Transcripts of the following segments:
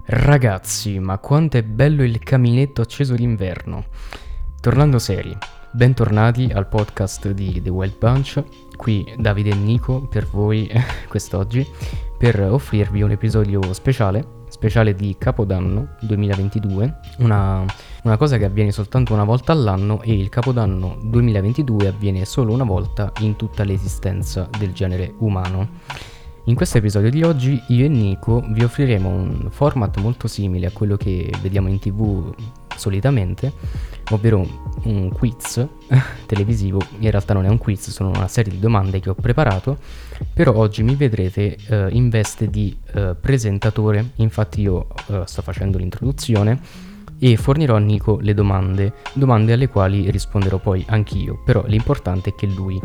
Ragazzi, ma quanto è bello il caminetto acceso d'inverno. Tornando seri, bentornati al podcast di The Wild Bunch. Qui Davide e Nico per voi quest'oggi per offrirvi un episodio speciale di Capodanno 2022, una cosa che avviene soltanto una volta all'anno, e il Capodanno 2022 avviene solo una volta in tutta l'esistenza del genere umano. In questo episodio di oggi io e Nico vi offriremo un format molto simile a quello che vediamo in TV solitamente, ovvero un quiz televisivo. In realtà non è un quiz, sono una serie di domande che ho preparato, però oggi mi vedrete in veste di presentatore. Infatti io sto facendo l'introduzione e fornirò a Nico le domande alle quali risponderò poi anch'io, però l'importante è che lui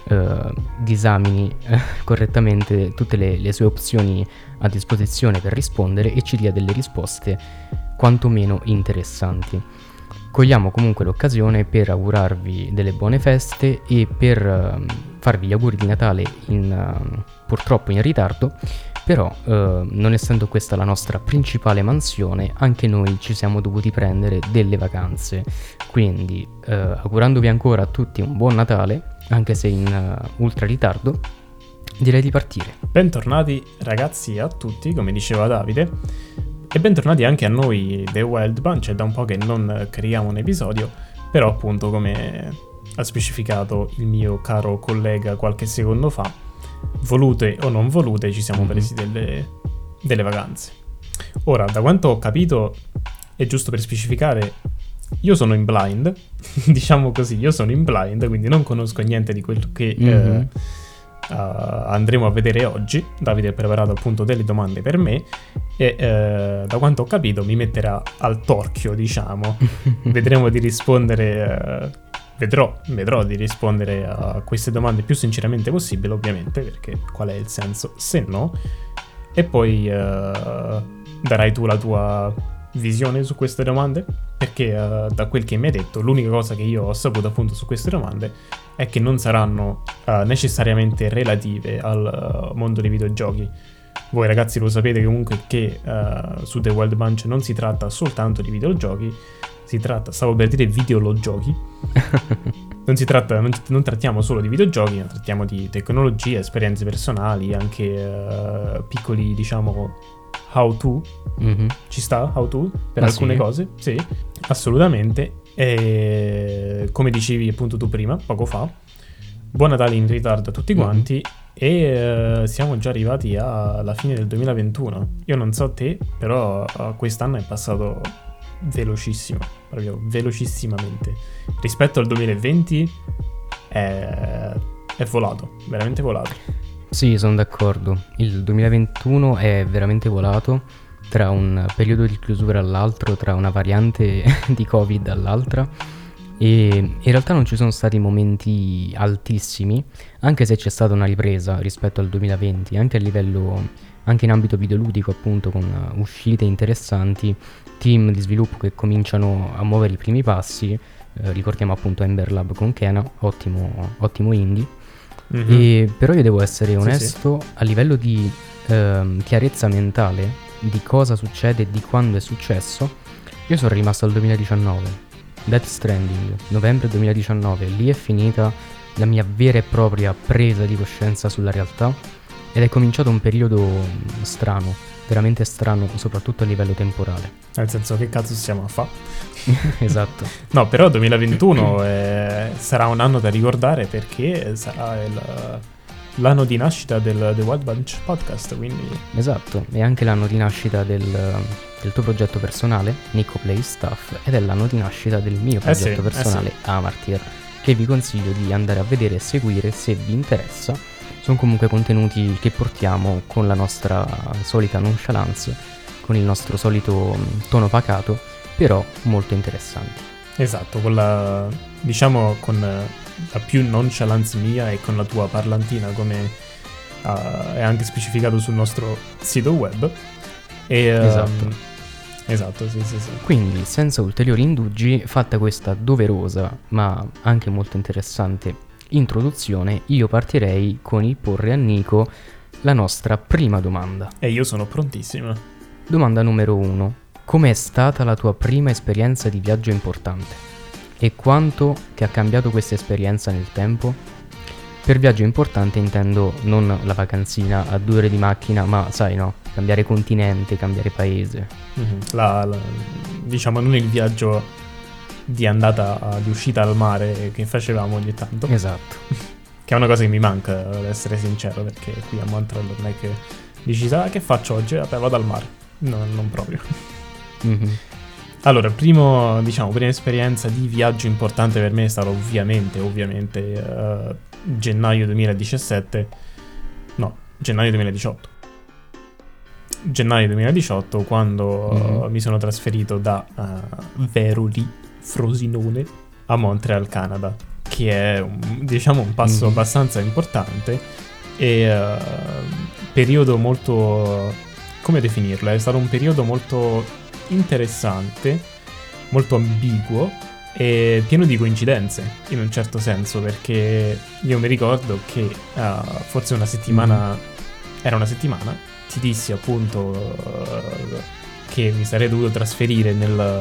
disamini correttamente tutte le sue opzioni a disposizione per rispondere e ci dia delle risposte quantomeno interessanti. Cogliamo comunque l'occasione per augurarvi delle buone feste e per farvi gli auguri di Natale purtroppo in ritardo, però non essendo questa la nostra principale mansione, anche noi ci siamo dovuti prendere delle vacanze, quindi augurandovi ancora a tutti un buon Natale, anche se in ultra ritardo, direi di partire. Bentornati ragazzi a tutti, come diceva Davide, e bentornati anche a noi The Wild Bunch. È da un po' che non creiamo un episodio, però appunto, come ha specificato il mio caro collega qualche secondo fa, volute o non volute ci siamo presi delle vacanze. Ora, da quanto ho capito, è giusto per specificare, io sono in blind, diciamo così, io sono in blind, quindi non conosco niente di quello che andremo a vedere oggi. Davide ha preparato appunto delle domande per me e da quanto ho capito mi metterà al torchio, diciamo. Vedremo di rispondere, vedrò di rispondere a queste domande più sinceramente possibile, ovviamente, perché qual è il senso se no? E poi darai tu la tua visione su queste domande, perché da quel che mi hai detto l'unica cosa che io ho saputo appunto su queste domande è che non saranno necessariamente relative al mondo dei videogiochi. Voi ragazzi lo sapete comunque che su The Wild Bunch non si tratta soltanto di videogiochi, si tratta, stavo per dire videologiochi, non trattiamo solo di videogiochi, ma trattiamo di tecnologia, esperienze personali, anche piccoli, diciamo, how to. Ci sta how to per alcune cose? Sì, assolutamente. E come dicevi appunto tu prima, poco fa, buon Natale in ritardo a tutti quanti. E siamo già arrivati alla fine del 2021. Io non so te, però quest'anno è passato velocissimo, proprio velocissimamente. Rispetto al 2020 è volato, veramente volato. Sì, sono d'accordo. Il 2021 è veramente volato, tra un periodo di chiusura all'altro, tra una variante di Covid all'altra, e in realtà non ci sono stati momenti altissimi, anche se c'è stata una ripresa rispetto al 2020, anche a livello, anche in ambito videoludico appunto, con uscite interessanti, team di sviluppo che cominciano a muovere i primi passi. Ricordiamo appunto Ember Lab con Kena, ottimo indie. E però io devo essere onesto, a livello di chiarezza mentale di cosa succede e di quando è successo, io sono rimasto al 2019, Death Stranding, novembre 2019, lì è finita la mia vera e propria presa di coscienza sulla realtà ed è cominciato un periodo strano, veramente strano, soprattutto a livello temporale. Nel senso, che cazzo stiamo a fare? Esatto. No, però 2021 sarà un anno da ricordare, perché sarà l'anno di nascita del The Wild Bunch podcast, quindi... Esatto, è anche l'anno di nascita del tuo progetto personale, Nico Play Stuff, ed è l'anno di nascita del mio progetto personale, Amartyr, che vi consiglio di andare a vedere e seguire se vi interessa. Sono comunque contenuti che portiamo con la nostra solita nonchalance, con il nostro solito tono pacato, però molto interessanti. Esatto, con la più nonchalance mia e con la tua parlantina, come è anche specificato sul nostro sito web. Esatto, sì. Quindi, senza ulteriori indugi, fatta questa doverosa ma anche molto interessante introduzione, io partirei con il porre a Nico la nostra prima domanda. E io sono prontissimo. Domanda numero 1. Com'è stata la tua prima esperienza di viaggio importante? E quanto ti ha cambiato questa esperienza nel tempo? Per viaggio importante intendo non la vacanzina a 2 ore di macchina, ma sai no, cambiare continente, cambiare paese. Diciamo non il viaggio di andata, di uscita al mare che facevamo ogni tanto. Esatto. Che è una cosa che mi manca, ad essere sincero, perché qui a Montreal non è che dici, che faccio oggi? Vabbè, vado al mare. No, non proprio. Mhm. Allora, prima esperienza di viaggio importante per me è stata ovviamente gennaio 2017. No, gennaio 2018. Gennaio 2018 quando mi sono trasferito da Veroli, Frosinone, a Montreal, Canada, che è un passo abbastanza importante e periodo molto, come definirlo? È stato un periodo molto interessante, molto ambiguo e pieno di coincidenze, in un certo senso, perché io mi ricordo che forse una settimana, era una settimana, ti dissi appunto che mi sarei dovuto trasferire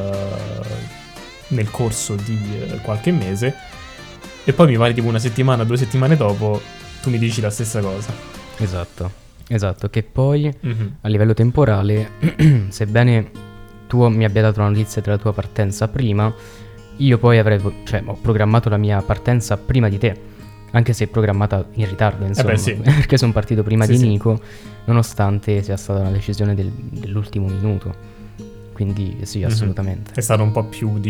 nel corso di qualche mese, e poi mi pare tipo una settimana, 2 settimane dopo tu mi dici la stessa cosa. Esatto, che poi a livello temporale, sebbene tu mi abbia dato la notizia della tua partenza prima, io poi ho programmato la mia partenza prima di te, anche se programmata in ritardo, insomma, sì. perché sono partito prima Sì, di sì. Nico, nonostante sia stata una decisione dell'ultimo minuto. Quindi sì, assolutamente. È stato un po' più,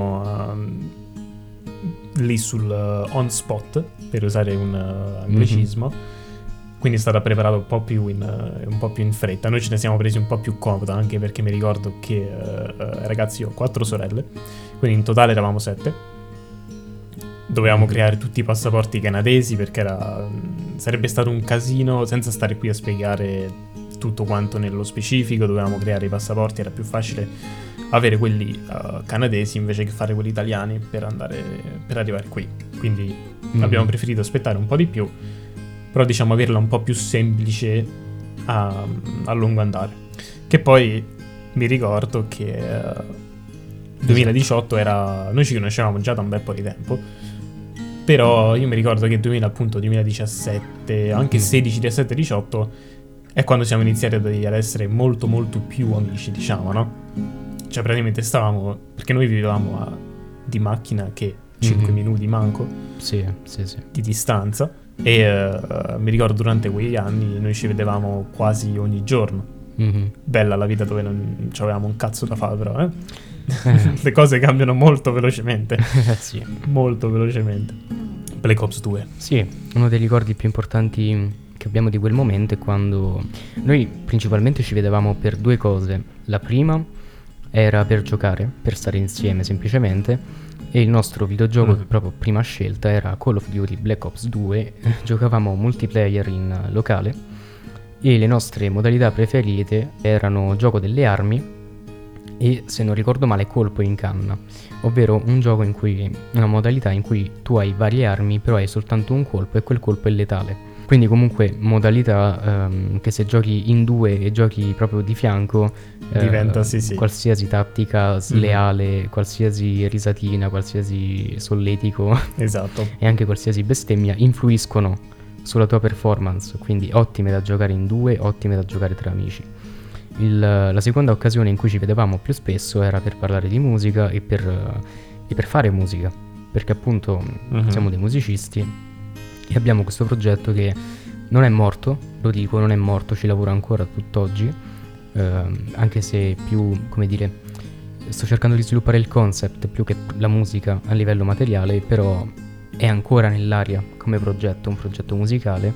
lì sul on spot, per usare un anglicismo. Quindi è stata preparata un po' più in fretta. Noi ce ne siamo presi un po' più comoda, anche perché mi ricordo che ragazzi, io ho 4 sorelle, quindi in totale eravamo 7. Dovevamo creare tutti i passaporti canadesi, perché sarebbe stato un casino senza stare qui a spiegare tutto quanto nello specifico. Dovevamo creare i passaporti, era più facile avere quelli canadesi invece che fare quelli italiani per arrivare qui. Quindi abbiamo preferito aspettare un po' di più, però averla un po' più semplice a lungo andare. Che poi mi ricordo che 2018 noi ci conoscevamo già da un bel po' di tempo, però io mi ricordo che 2017, anche 16, 17, 18 è quando siamo iniziati ad essere molto molto più amici, diciamo, no? Cioè praticamente stavamo, perché noi vivevamo di macchina che 5 minuti manco Sì. di distanza, e mi ricordo durante quegli anni noi ci vedevamo quasi ogni giorno. Bella la vita dove non avevamo un cazzo da fare, però le cose cambiano molto velocemente. Sì. Molto velocemente. Black Ops 2. Sì, uno dei ricordi più importanti che abbiamo di quel momento è quando noi principalmente ci vedevamo per 2 cose. La prima era per giocare, per stare insieme semplicemente, e il nostro videogioco proprio prima scelta era Call of Duty Black Ops 2. Giocavamo multiplayer in locale e le nostre modalità preferite erano gioco delle armi e, se non ricordo male, colpo in canna, ovvero una modalità in cui tu hai varie armi però hai soltanto un colpo e quel colpo è letale. Quindi comunque modalità che se giochi in 2 e giochi proprio di fianco diventa sì. Qualsiasi tattica sleale, qualsiasi risatina, qualsiasi solletico Esatto. e anche qualsiasi bestemmia influiscono sulla tua performance, quindi ottime da giocare in 2, ottime da giocare tra amici. La seconda occasione in cui ci vedevamo più spesso era per parlare di musica e per fare musica, perché appunto siamo dei musicisti e abbiamo questo progetto che non è morto, non è morto, ci lavoro ancora tutt'oggi, anche se più, come dire, sto cercando di sviluppare il concept più che la musica a livello materiale, però è ancora nell'aria come progetto, un progetto musicale,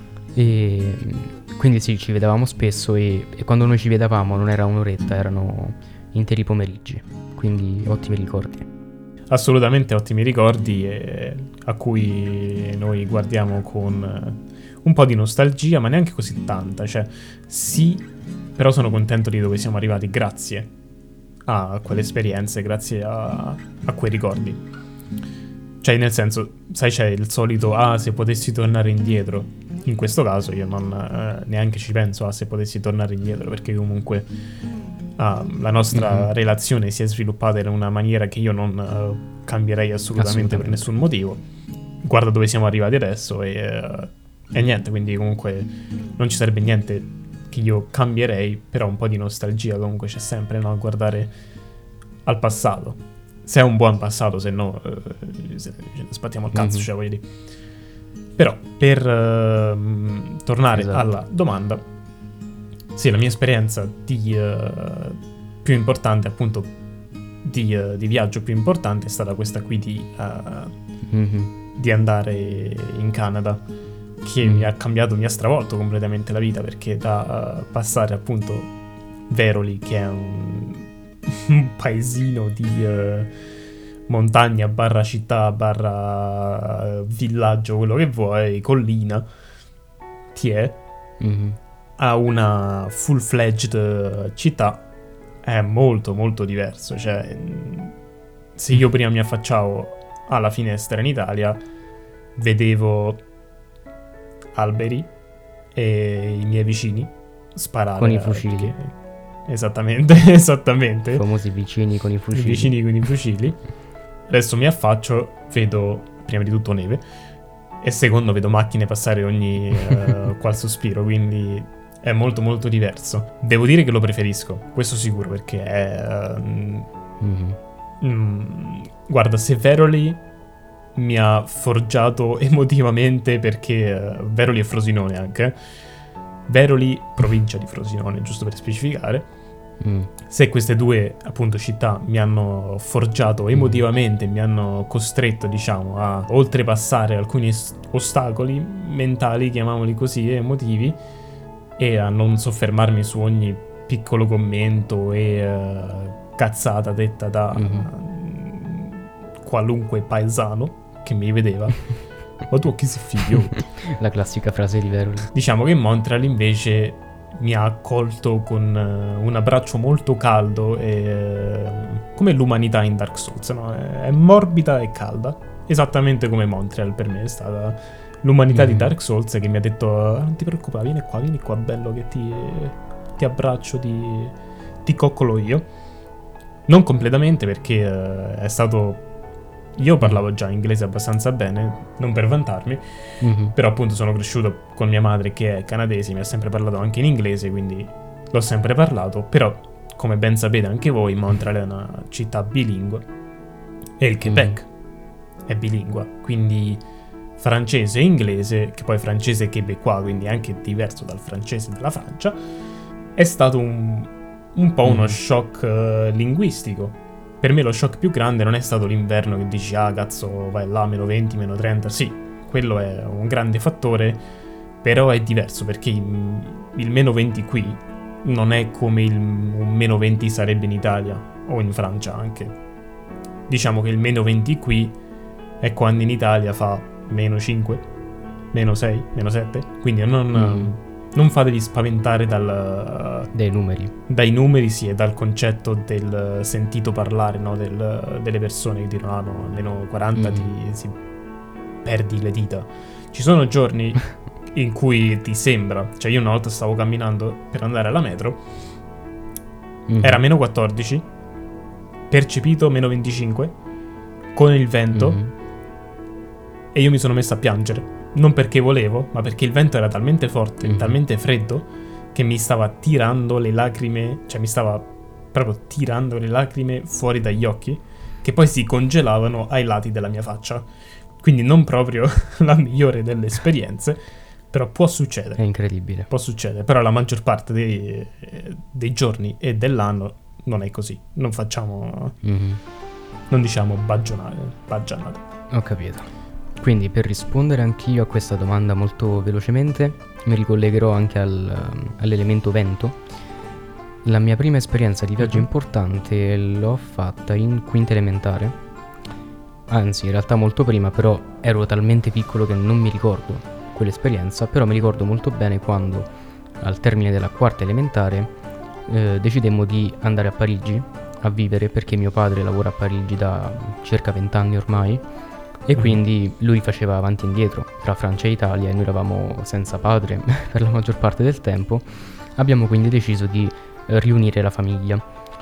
e quindi sì, ci vedevamo spesso e quando noi ci vedevamo non era un'oretta, erano interi pomeriggi, quindi ottimi ricordi. Assolutamente ottimi ricordi, a cui noi guardiamo con un po' di nostalgia, ma neanche così tanta. Cioè, sì, però sono contento di dove siamo arrivati grazie a quelle esperienze, grazie a quei ricordi. Cioè, nel senso, sai, c'è il solito se potessi tornare indietro, in questo caso io non neanche ci penso a se potessi tornare indietro, perché comunque la nostra relazione si è sviluppata in una maniera che io non cambierei assolutamente per nessun motivo. Guarda dove siamo arrivati adesso e niente, quindi comunque non ci sarebbe niente che io cambierei, però un po' di nostalgia comunque c'è sempre, no? A guardare al passato, se è un buon passato, se no sbattiamo il cazzo, cioè voglio dire. Però per tornare alla domanda, sì, la mia esperienza più importante, appunto di viaggio più importante è stata questa qui di andare in Canada, che mi ha cambiato, mi ha stravolto completamente la vita, perché da passare appunto Veroli, che è un paesino di montagna barra città barra villaggio, quello che vuoi, collina, a una full-fledged città, è molto molto diverso. Cioè, se io prima mi affacciavo alla finestra in Italia, vedevo alberi e i miei vicini sparare con i fucili. Esattamente. I famosi vicini con i fucili. I vicini con i fucili. Adesso mi affaccio, vedo prima di tutto neve e secondo vedo macchine passare ogni qual sospiro, quindi è molto molto diverso. Devo dire che lo preferisco, questo sicuro, perché è guarda, se Veroli mi ha forgiato emotivamente, perché Veroli è Frosinone anche, Veroli, provincia di Frosinone, giusto per specificare. Se queste due appunto città mi hanno forgiato emotivamente, mi hanno costretto, diciamo, a oltrepassare alcuni ostacoli mentali, chiamiamoli così, emotivi, e a non soffermarmi su ogni piccolo commento e cazzata detta da qualunque paesano che mi vedeva. Ma tu chi sei figlio? La classica frase di Veroli. Diciamo che Montreal invece mi ha accolto con un abbraccio molto caldo, e come l'umanità in Dark Souls, no? È morbida e calda, esattamente come Montreal per me è stata l'umanità di Dark Souls, che mi ha detto non ti preoccupare, vieni qua bello, che ti abbraccio, ti coccolo io. Non completamente, perché è stato... Io parlavo già inglese abbastanza bene, non per vantarmi, però appunto sono cresciuto con mia madre che è canadese, mi ha sempre parlato anche in inglese, quindi l'ho sempre parlato. Però, come ben sapete anche voi, Montreal è una città bilingue e il Quebec è bilingue, quindi francese e inglese, che poi francese québécois, quindi anche diverso dal francese della Francia, è stato un po' uno shock linguistico. Per me lo shock più grande non è stato l'inverno, che dici cazzo vai là, meno 20, meno 30, sì, quello è un grande fattore, però è diverso, perché il meno 20 qui non è come un meno 20 sarebbe in Italia o in Francia anche. Diciamo che il meno 20 qui è quando in Italia fa meno 5, meno 6, meno 7, quindi non fatevi spaventare dai numeri. Dai numeri, sì, e dal concetto del sentito parlare, no? Delle persone che dicono no, almeno 40 ti perdi le dita. Ci sono giorni in cui ti sembra, cioè io una volta stavo camminando per andare alla metro, era meno 14, percepito meno 25, con il vento, e io mi sono messo a piangere. Non perché volevo, ma perché il vento era talmente forte, talmente freddo, che mi stava tirando le lacrime, cioè mi stava proprio tirando le lacrime fuori dagli occhi, che poi si congelavano ai lati della mia faccia. Quindi non proprio la migliore delle esperienze, però può succedere. È incredibile. Può succedere, però la maggior parte dei giorni e dell'anno non è così. Non facciamo, non diciamo baggianate. Ho capito. Quindi, per rispondere anch'io a questa domanda molto velocemente, mi ricollegherò anche all'elemento vento. La mia prima esperienza di viaggio importante l'ho fatta in quinta elementare. Anzi, in realtà molto prima, però ero talmente piccolo che non mi ricordo quell'esperienza, però mi ricordo molto bene quando, al termine della quarta elementare, decidemmo di andare a Parigi a vivere, perché mio padre lavora a Parigi da circa 20 anni ormai. E quindi lui faceva avanti e indietro tra Francia e Italia e noi eravamo senza padre per la maggior parte del tempo. Abbiamo quindi deciso di riunire la famiglia.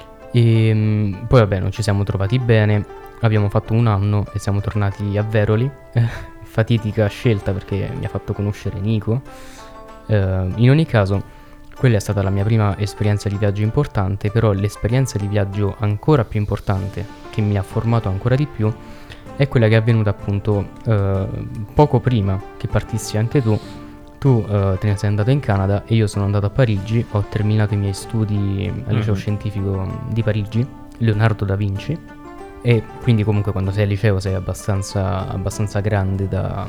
E poi vabbè, non ci siamo trovati bene, abbiamo fatto un anno e siamo tornati a Veroli. Fatidica scelta perché mi ha fatto conoscere Nico. In ogni caso, quella è stata la mia prima esperienza di viaggio importante, però l'esperienza di viaggio ancora più importante, che mi ha formato ancora di più, è quella che è avvenuta appunto poco prima che partissi anche tu. Tu te ne sei andato in Canada e io sono andato a Parigi, ho terminato i miei studi al liceo scientifico di Parigi, Leonardo da Vinci, e quindi comunque quando sei al liceo sei abbastanza grande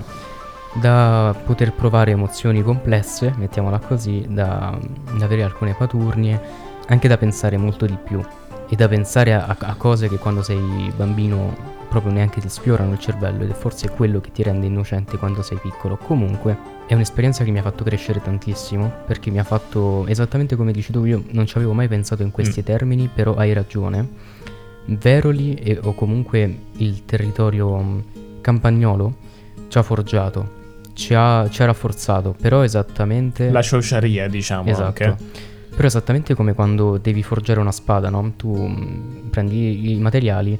da poter provare emozioni complesse, mettiamola così, da avere alcune paturnie, anche da pensare molto di più e da pensare a cose che quando sei bambino proprio neanche ti sfiorano il cervello, ed è forse quello che ti rende innocente quando sei piccolo. Comunque è un'esperienza che mi ha fatto crescere tantissimo, perché mi ha fatto, esattamente come dici tu, io non ci avevo mai pensato in questi termini, però hai ragione. Veroli o comunque il territorio campagnolo ci ha forgiato, ci ha rafforzato, però esattamente... La ciociaria, diciamo, esatto. anche. Però esattamente come quando devi forgiare una spada, no? Tu prendi i materiali,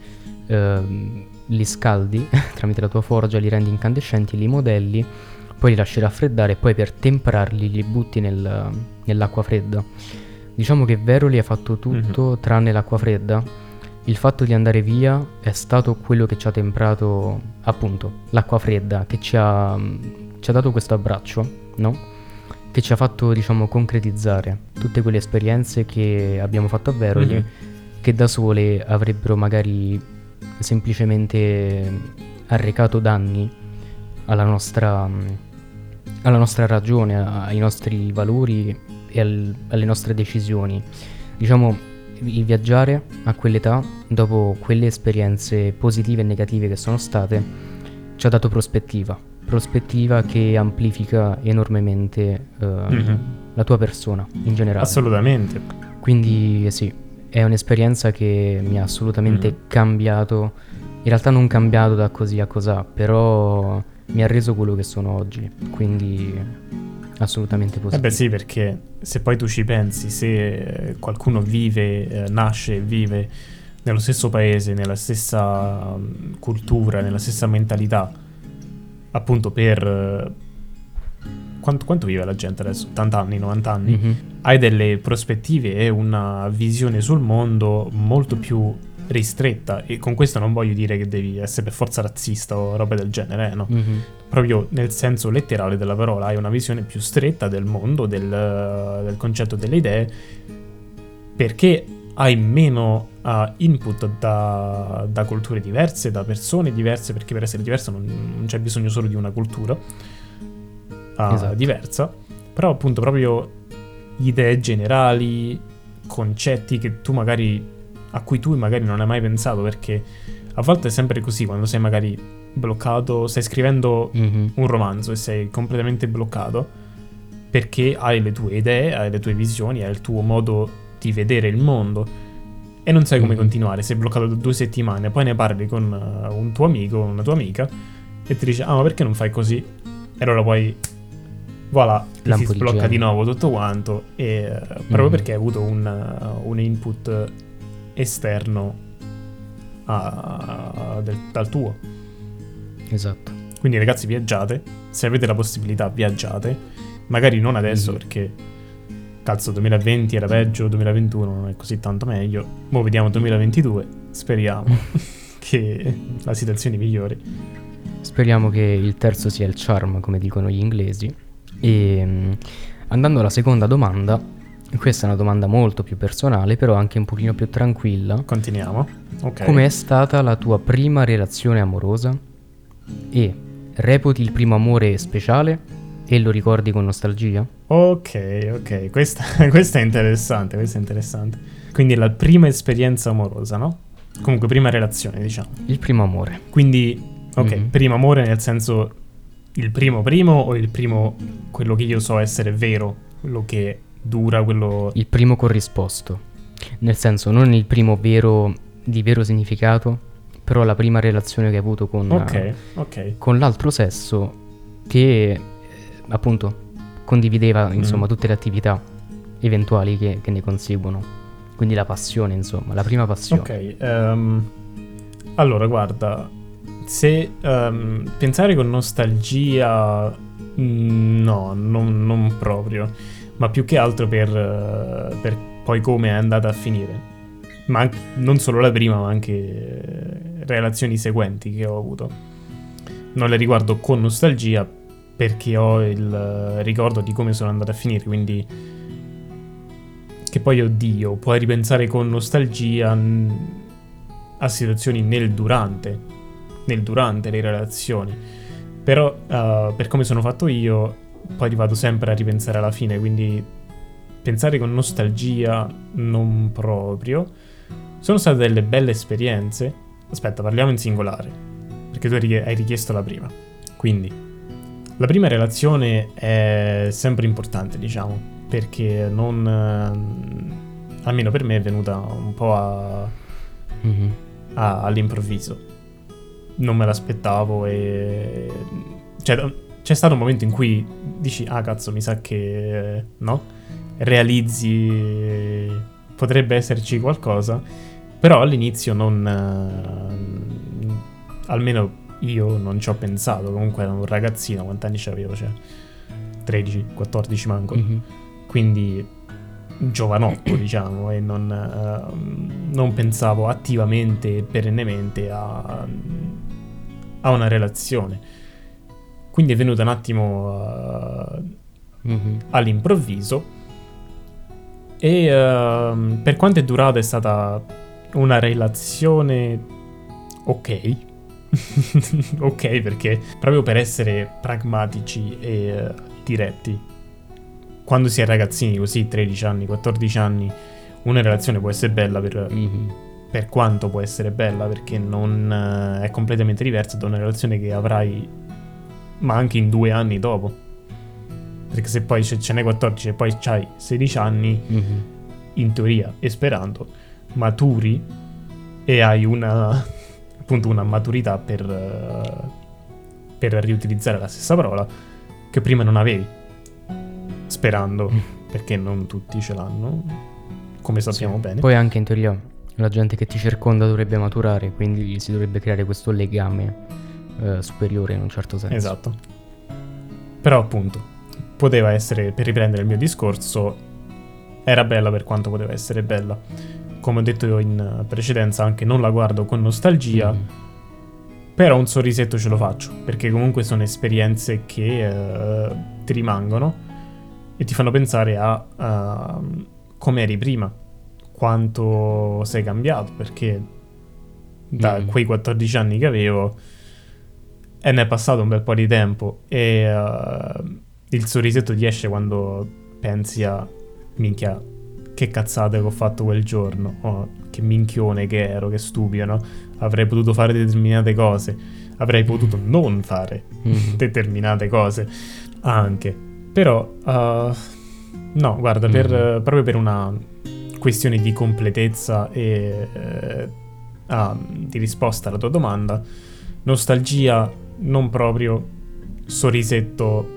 li scaldi tramite la tua forgia, li rendi incandescenti, li modelli, poi li lasci raffreddare e poi per temperarli li butti nell'acqua fredda. Diciamo che Veroli ha fatto tutto tranne l'acqua fredda. Il fatto di andare via è stato quello che ci ha temperato, appunto, l'acqua fredda, che ci ha dato questo abbraccio, no? Che ci ha fatto, diciamo, concretizzare tutte quelle esperienze che abbiamo fatto a Veroli, che da sole avrebbero magari semplicemente arrecato danni alla nostra ragione, ai nostri valori e alle nostre decisioni. Diciamo, il viaggiare a quell'età, dopo quelle esperienze positive e negative che sono state, ci ha dato prospettiva che amplifica enormemente la tua persona in generale. Assolutamente. Quindi sì, è un'esperienza che mi ha assolutamente cambiato, in realtà non cambiato da così a cosà, però mi ha reso quello che sono oggi, quindi assolutamente positivo. Beh sì, perché se poi tu ci pensi, se qualcuno vive, nasce e vive nello stesso paese, nella stessa cultura, nella stessa mentalità, appunto per... Quanto vive la gente adesso? 80 anni, 90 anni? Hai delle prospettive e una visione sul mondo molto più ristretta, e con questo non voglio dire che devi essere per forza razzista o roba del genere, no? Proprio nel senso letterale della parola, hai una visione più stretta del mondo, del concetto, delle idee, perché hai meno input da culture diverse, da persone diverse, perché per essere diverso non c'è bisogno solo di una cultura diversa, però appunto proprio idee generali, concetti a cui tu magari non hai mai pensato, perché a volte è sempre così, quando sei magari bloccato, stai scrivendo un romanzo e sei completamente bloccato perché hai le tue idee, hai le tue visioni, hai il tuo modo di vedere il mondo e non sai come continuare, sei bloccato da 2 settimane, poi ne parli con un tuo amico, una tua amica e ti dice ma perché non fai così? E allora poi voilà, ti si sblocca di nuovo tutto quanto, e proprio perché hai avuto un input esterno dal tuo. Esatto. Quindi ragazzi, viaggiate, se avete la possibilità viaggiate, magari non adesso perché cazzo 2020 era peggio, 2021 non è così tanto meglio, mo vediamo 2022, speriamo che la situazione migliori. Speriamo che il terzo sia il charm, come dicono gli inglesi. E andando alla seconda domanda, questa è una domanda molto più personale, però anche un pochino più tranquilla. Continuiamo. Ok. Com'è stata la tua prima relazione amorosa? E reputi il primo amore speciale e lo ricordi con nostalgia? Ok, questa è interessante, Quindi la prima esperienza amorosa, no? Comunque prima relazione, diciamo. Il primo amore. Quindi, primo amore nel senso il primo o il primo, quello che io so essere vero, quello che dura, quello... Il primo corrisposto, nel senso non il primo vero, di vero significato, però la prima relazione che hai avuto Ok. con l'altro sesso che appunto condivideva insomma tutte le attività eventuali che ne conseguono, quindi la passione, insomma, la prima passione. Ok, allora guarda, se pensare con nostalgia, no, non proprio, ma più che altro per poi come è andata a finire. Ma non solo la prima, ma anche relazioni seguenti che ho avuto. Non le riguardo con nostalgia perché ho il ricordo di come sono andate a finire, quindi che poi, oddio, puoi ripensare con nostalgia a situazioni nel durante le relazioni, però per come sono fatto io poi vado sempre a ripensare alla fine, quindi pensare con nostalgia non proprio. Sono state delle belle esperienze. Aspetta, parliamo in singolare, perché tu hai richiesto la prima. Quindi la prima relazione è sempre importante, diciamo, perché non almeno per me è venuta un po' all'improvviso. Non me l'aspettavo e cioè c'è stato un momento in cui dici cazzo, mi sa che no, realizzi potrebbe esserci qualcosa, però all'inizio non almeno io non ci ho pensato. Comunque ero un ragazzino, quanti anni c'avevo? Cioè 13, 14 manco, quindi giovanotto diciamo, e non pensavo attivamente e perennemente a una relazione, quindi è venuta un attimo all'improvviso. E per quanto è durata è stata una relazione ok. Ok, perché proprio per essere pragmatici e diretti, quando si è ragazzini così, 13 anni, 14 anni, una relazione può essere bella per quanto può essere bella, perché non è completamente diversa da una relazione che avrai ma anche in 2 anni dopo, perché se poi ce n'è 14 e poi c'hai 16 anni, in teoria e sperando maturi e hai appunto una maturità per riutilizzare la stessa parola che prima non avevi, sperando, perché non tutti ce l'hanno, come sappiamo bene. Poi anche in teoria la gente che ti circonda dovrebbe maturare, quindi si dovrebbe creare questo legame superiore in un certo senso. Esatto. Però appunto poteva essere, per riprendere il mio discorso, era bella per quanto poteva essere bella. Come ho detto io in precedenza, anche non la guardo con nostalgia, però un sorrisetto ce lo faccio, perché comunque sono esperienze che ti rimangono e ti fanno pensare a come eri prima, quanto sei cambiato, perché da quei 14 anni che avevo e ne è passato un bel po' di tempo, e il sorrisetto ti esce quando pensi a minchia, che cazzate che ho fatto quel giorno, oh, che minchione che ero, che stupido, no? Avrei potuto fare determinate cose, avrei potuto non fare determinate cose anche, però no, guarda, proprio per una questione di completezza e di risposta alla tua domanda, nostalgia non proprio, sorrisetto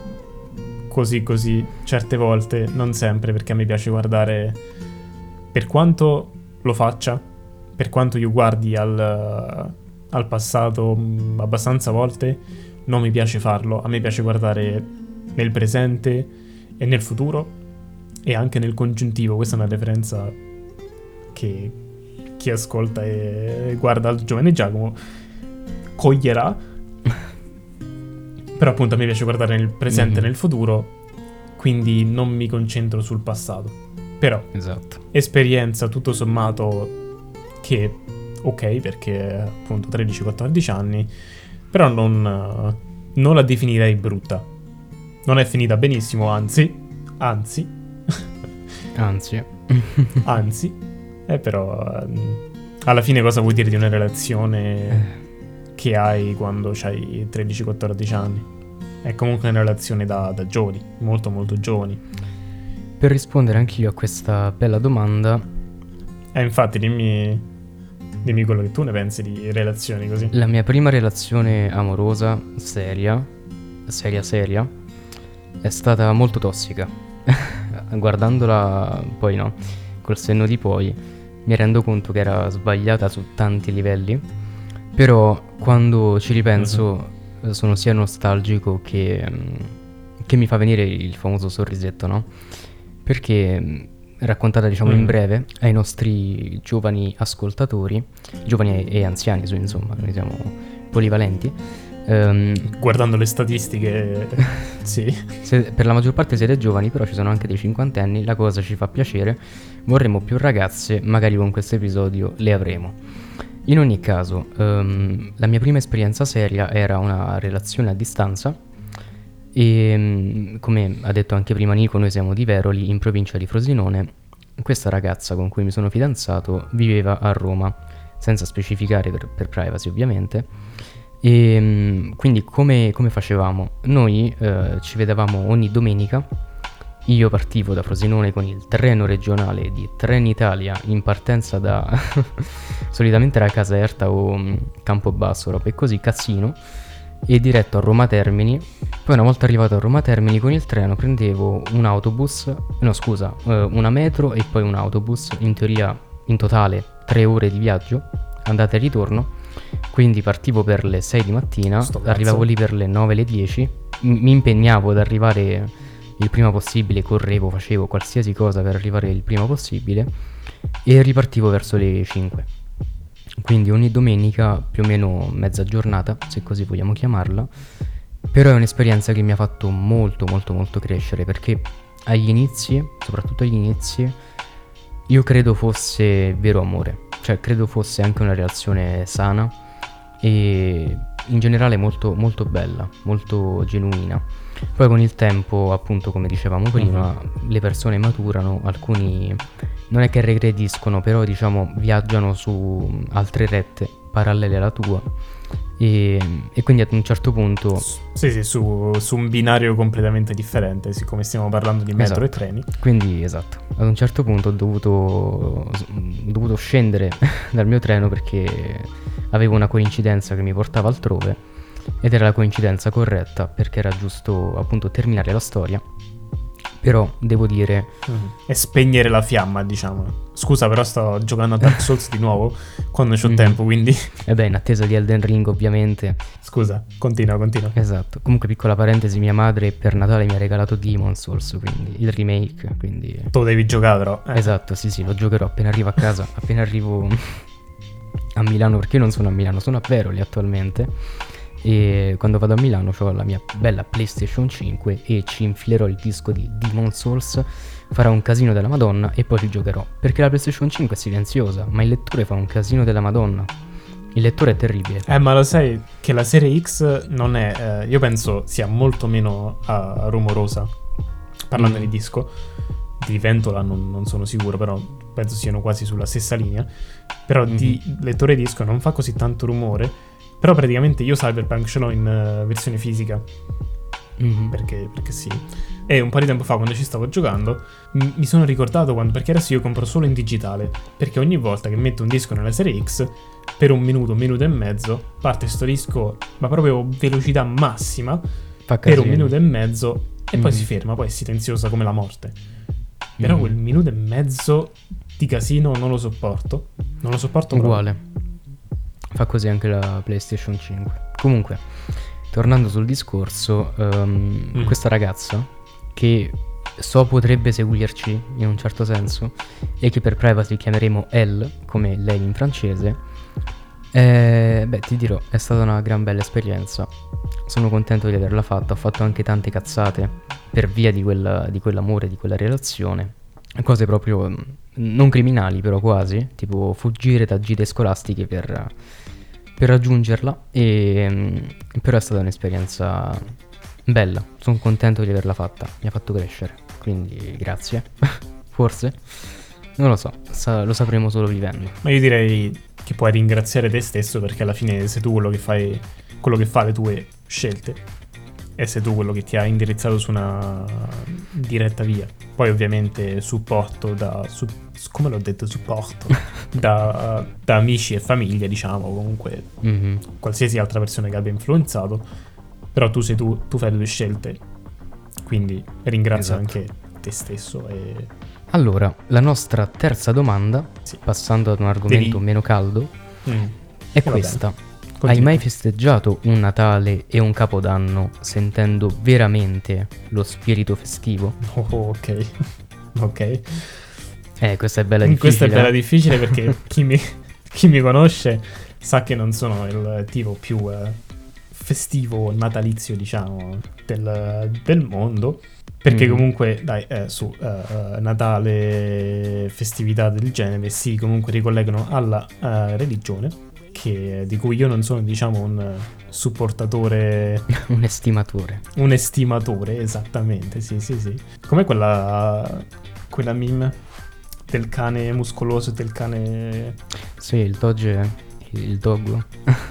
così certe volte, non sempre, perché a me piace guardare, per quanto lo faccia, per quanto io guardi al passato abbastanza volte, non mi piace farlo. A me piace guardare nel presente e nel futuro e anche nel congiuntivo. Questa è una referenza che chi ascolta e guarda il giovane Giacomo coglierà. Però appunto a me piace guardare nel presente e nel futuro, quindi non mi concentro sul passato. Però esatto, esperienza tutto sommato che ok, perché appunto 13-14 anni, però non la definirei brutta. Non è finita benissimo, anzi però alla fine cosa vuoi dire di una relazione che hai quando hai 13-14 anni? È comunque una relazione da giovani, molto molto giovani. Per rispondere anch'io a questa bella domanda, Infatti dimmi Dimmi quello che tu ne pensi di relazioni così. La mia prima relazione amorosa, seria, è stata molto tossica. Guardandola poi no, col senno di poi, mi rendo conto che era sbagliata su tanti livelli, però quando ci ripenso sono sia nostalgico che mi fa venire il famoso sorrisetto, no? Perché raccontata diciamo in breve ai nostri giovani ascoltatori, giovani e anziani, insomma, noi siamo polivalenti. Guardando le statistiche, sì. Per la maggior parte siete giovani, però ci sono anche dei cinquantenni, la cosa ci fa piacere, vorremmo più ragazze, magari con questo episodio le avremo. In ogni caso, la mia prima esperienza seria era una relazione a distanza e come ha detto anche prima Nico, noi siamo di Veroli, in provincia di Frosinone. Questa ragazza con cui mi sono fidanzato viveva a Roma, senza specificare per privacy ovviamente. E quindi come facevamo? Noi ci vedevamo ogni domenica. Io partivo da Frosinone con il treno regionale di Trenitalia in partenza da solitamente era Caserta o Campobasso, roba e così, Cassino, e diretto a Roma Termini. Poi una volta arrivato a Roma Termini con il treno prendevo un autobus, una metro e poi un autobus, in teoria in totale 3 ore di viaggio, andata e ritorno. Quindi partivo per le 6 di mattina, arrivavo lì per le 9, le 10, mi impegnavo ad arrivare il prima possibile, correvo, facevo qualsiasi cosa per arrivare il prima possibile e ripartivo verso le 5. Quindi ogni domenica più o meno mezza giornata, se così vogliamo chiamarla. Però è un'esperienza che mi ha fatto molto molto molto crescere, perché agli inizi, soprattutto agli inizi, io credo fosse vero amore, cioè credo fosse anche una relazione sana e in generale molto molto bella, molto genuina. Poi con il tempo, appunto, come dicevamo prima, le persone maturano, alcuni non è che regrediscono, però diciamo viaggiano su altre rette parallele alla tua e quindi ad un certo punto sì, su un binario completamente differente, siccome stiamo parlando di metro e treni. Quindi esatto, ad un certo punto ho dovuto scendere dal mio treno perché avevo una coincidenza che mi portava altrove ed era la coincidenza corretta, perché era giusto appunto terminare la storia. Però devo dire e spegnere la fiamma, diciamo. Scusa, però sto giocando a Dark Souls di nuovo quando c'ho tempo, quindi e beh, in attesa di Elden Ring ovviamente. Scusa, continua. Esatto. Comunque, piccola parentesi, mia madre per Natale mi ha regalato Demon Souls, quindi il remake, quindi tu devi giocare però. Esatto, sì, lo giocherò appena arrivo a casa, appena arrivo a Milano, perché io non sono a Milano, sono a Veroli attualmente. E quando vado a Milano ho la mia bella PlayStation 5 e ci infilerò il disco di Demon Souls, farà un casino della Madonna e poi ci giocherò, perché la PlayStation 5 è silenziosa, ma il lettore fa un casino della Madonna. Il lettore è terribile. Ma lo sai che la serie X non è, io penso sia molto meno rumorosa, parlando di disco. Di ventola non sono sicuro, però penso siano quasi sulla stessa linea. Però di lettore disco non fa così tanto rumore. Però praticamente io Cyberpunk ce l'ho in versione fisica, perché sì. E un po' di tempo fa, quando ci stavo giocando, mi sono ricordato perché adesso io compro solo in digitale, perché ogni volta che metto un disco nella serie X, per un minuto e mezzo parte sto disco, ma proprio velocità massima, per un minuto e mezzo, e poi si ferma, poi è silenziosa come la morte. Però quel minuto e mezzo di casino non lo sopporto uguale proprio. Fa così anche la PlayStation 5. Comunque, tornando sul discorso, questa ragazza, che potrebbe seguirci in un certo senso, e che per privacy chiameremo Elle, come lei in francese, ti dirò, è stata una gran bella esperienza. Sono contento di averla fatta. Ho fatto anche tante cazzate per via di quell'amore, di quella relazione. Cose proprio non criminali, però quasi, tipo fuggire da gite scolastiche per raggiungerla. Però è stata un'esperienza bella, sono contento di averla fatta, mi ha fatto crescere, quindi grazie. Forse, non lo so, lo sapremo solo vivendo. Ma io direi che puoi ringraziare te stesso, perché alla fine sei tu quello che fa le tue scelte. e sei tu quello che ti ha indirizzato su una diretta via. Poi ovviamente supporto come l'ho detto, supporto da amici e famiglia, diciamo, comunque qualsiasi altra persona che abbia influenzato, però tu sei tu fai le tue scelte, quindi ringrazio anche te stesso. Allora, la nostra terza domanda, Sì. passando ad un argomento meno caldo, è questa. Hai mai festeggiato un Natale e un Capodanno sentendo veramente lo spirito festivo? Oh, ok. Questa è bella difficile. Questa è bella difficile perché chi mi conosce sa che non sono il tipo più festivo, natalizio, diciamo, del mondo. Perché comunque, dai, Natale, festività del genere, sì, comunque ricollegano alla religione, di cui io non sono, diciamo, un supportatore. Un estimatore. Un estimatore, esattamente, sì. Com'è quella meme del cane muscoloso e del cane... Sì, il Doge, il doggo.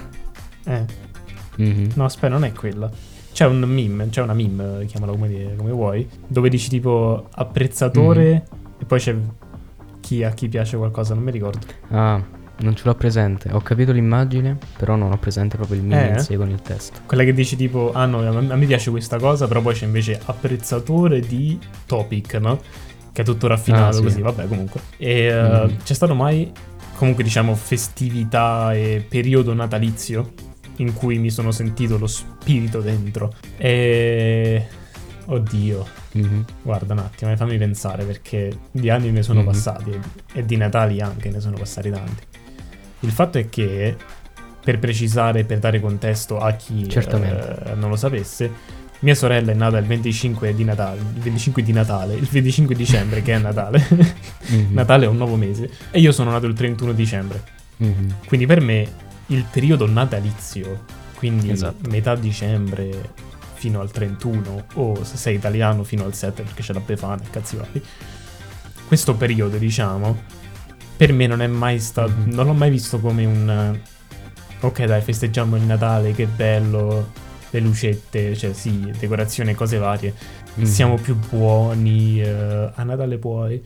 No, aspetta, non è quella. C'è una meme, chiamala come vuoi, dove dici tipo apprezzatore e poi c'è a chi piace qualcosa, non mi ricordo. Ah, non ce l'ho presente. Ho capito l'immagine, però non ho presente proprio il meme in sé con il testo. Quella che dici tipo, no, a me piace questa cosa, però poi c'è invece apprezzatore di topic, no? Che è tutto raffinato così, vabbè, comunque. E c'è stato mai, comunque diciamo, festività e periodo natalizio in cui mi sono sentito lo spirito dentro? Oddio. Guarda un attimo, fammi pensare, perché di anni ne sono passati e di Natali anche ne sono passati tanti. Il fatto è che, per precisare, per dare contesto a chi non lo sapesse, mia sorella è nata il 25 di Natale, il 25 dicembre, che è Natale. Natale è un nuovo mese, e io sono nato il 31 dicembre. Quindi per me il periodo natalizio, quindi metà dicembre fino al 31, o se sei italiano fino al 7 perché c'è la Befana e cazzi vari, questo periodo, diciamo, per me non è mai stato, non l'ho mai visto come un ok, dai, festeggiamo il Natale, che bello, le lucette, cioè sì, decorazione, cose varie, siamo più buoni, a Natale puoi.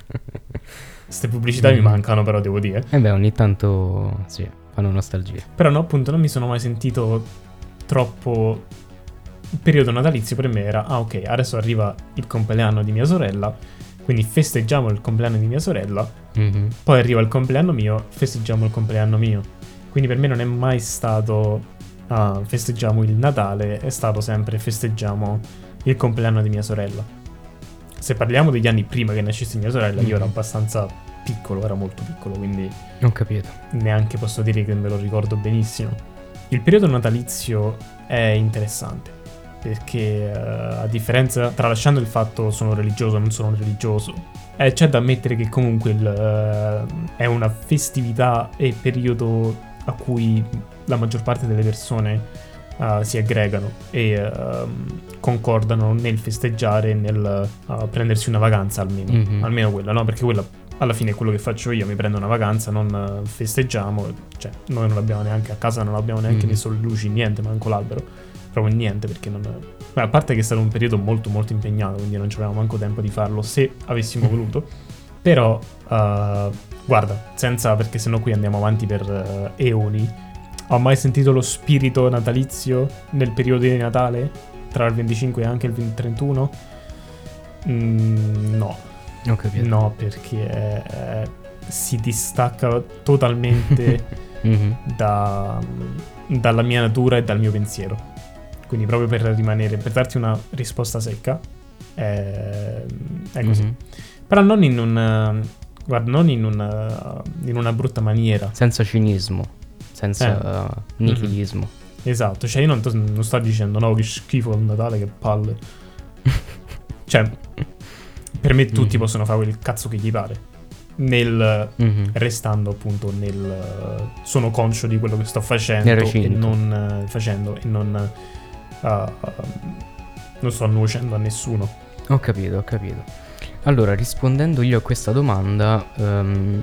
Queste pubblicità mi mancano, però devo dire. Ogni tanto sì, fanno nostalgia. Però no, appunto, non mi sono mai sentito troppo. Il periodo natalizio per me era, ok, adesso arriva il compleanno di mia sorella, quindi festeggiamo il compleanno di mia sorella, poi arriva il compleanno mio, festeggiamo il compleanno mio. Quindi per me non è mai stato festeggiamo il Natale, è stato sempre festeggiamo il compleanno di mia sorella. Se parliamo degli anni prima che nascesse mia sorella, io ero abbastanza piccolo, era molto piccolo, quindi ho capito. Neanche posso dire che me lo ricordo benissimo. Il periodo natalizio è interessante, perché a differenza, tralasciando il fatto sono religioso o non sono religioso, c'è da ammettere che comunque è una festività e periodo a cui la maggior parte delle persone si aggregano e concordano nel festeggiare, nel prendersi una vacanza almeno quella, no? Perché quella alla fine è quello che faccio io, mi prendo una vacanza, non festeggiamo, cioè noi non abbiamo neanche a casa, non abbiamo neanche messo le luci, niente, manco l'albero, proprio niente, perché non... Beh, a parte che è stato un periodo molto molto impegnato, quindi non avevamo manco tempo di farlo se avessimo voluto, però guarda, senza, perché sennò qui andiamo avanti per eoni. Ho mai sentito lo spirito natalizio nel periodo di Natale? Tra il 25 e anche il 31? No. Ho capito. No, perché si distacca totalmente dalla mia natura e dal mio pensiero. Quindi proprio per darti una risposta secca, è così. Però non in una brutta maniera. Senza cinismo, senza nichilismo. Esatto, cioè io non sto dicendo no, che schifo il Natale, che palle. Cioè, per me tutti possono fare quel cazzo che gli pare. Restando appunto sono conscio di quello che sto facendo e non non sto nuocendo a nessuno. Ho capito. Allora, rispondendo io a questa domanda,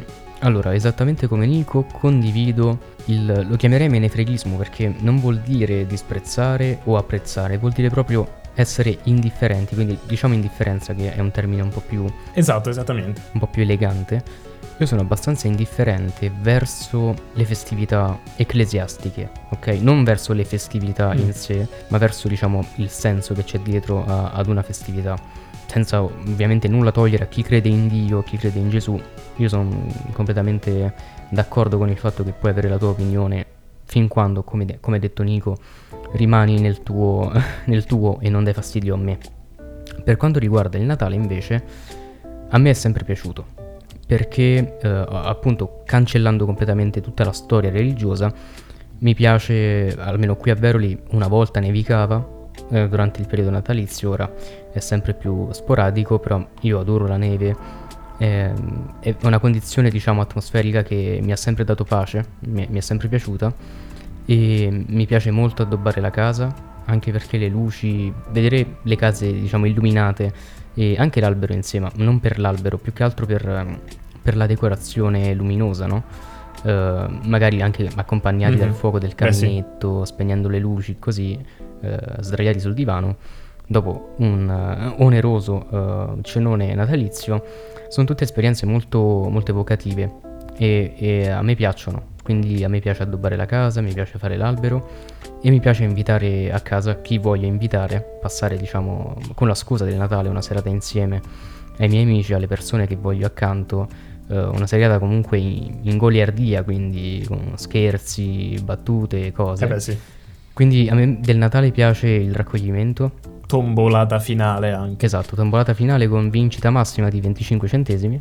Allora, esattamente come Nico, condivido lo chiamerei menefreghismo, perché non vuol dire disprezzare o apprezzare, vuol dire proprio essere indifferenti, quindi diciamo indifferenza, che è un termine un po' più Esatto, esattamente. un po' più elegante. Io sono abbastanza indifferente verso le festività ecclesiastiche, ok? Non verso le festività in sé, ma verso, diciamo, il senso che c'è dietro ad una festività. Senza ovviamente nulla togliere a chi crede in Dio, a chi crede in Gesù. Io sono completamente d'accordo con il fatto che puoi avere la tua opinione fin quando, come ha detto Nico, rimani nel tuo, nel tuo e non dai fastidio a me. Per quanto riguarda il Natale, invece, a me è sempre piaciuto, perché appunto, cancellando completamente tutta la storia religiosa, mi piace, almeno qui a Veroli una volta nevicava durante il periodo natalizio, ora è sempre più sporadico, però io adoro la neve, è una condizione, diciamo, atmosferica che mi ha sempre dato pace, mi è sempre piaciuta, e mi piace molto addobbare la casa, anche perché le luci, vedere le case, diciamo, illuminate, e anche l'albero insieme, non per l'albero, più che altro per la decorazione luminosa, no? Magari anche accompagnati dal fuoco del caminetto, spegnendo le luci, così sdraiati sul divano, dopo un oneroso cenone natalizio. Sono tutte esperienze molto, molto evocative e a me piacciono. Quindi a me piace addobbare la casa, mi piace fare l'albero e mi piace invitare a casa chi voglio invitare, passare, diciamo, con la scusa del Natale, una serata insieme ai miei amici, alle persone che voglio accanto, una serata comunque in goliardia, quindi con scherzi, battute, cose. Sì. Quindi a me del Natale piace il raccoglimento. Tombolata finale anche. Esatto, tombolata finale con vincita massima di 25 centesimi.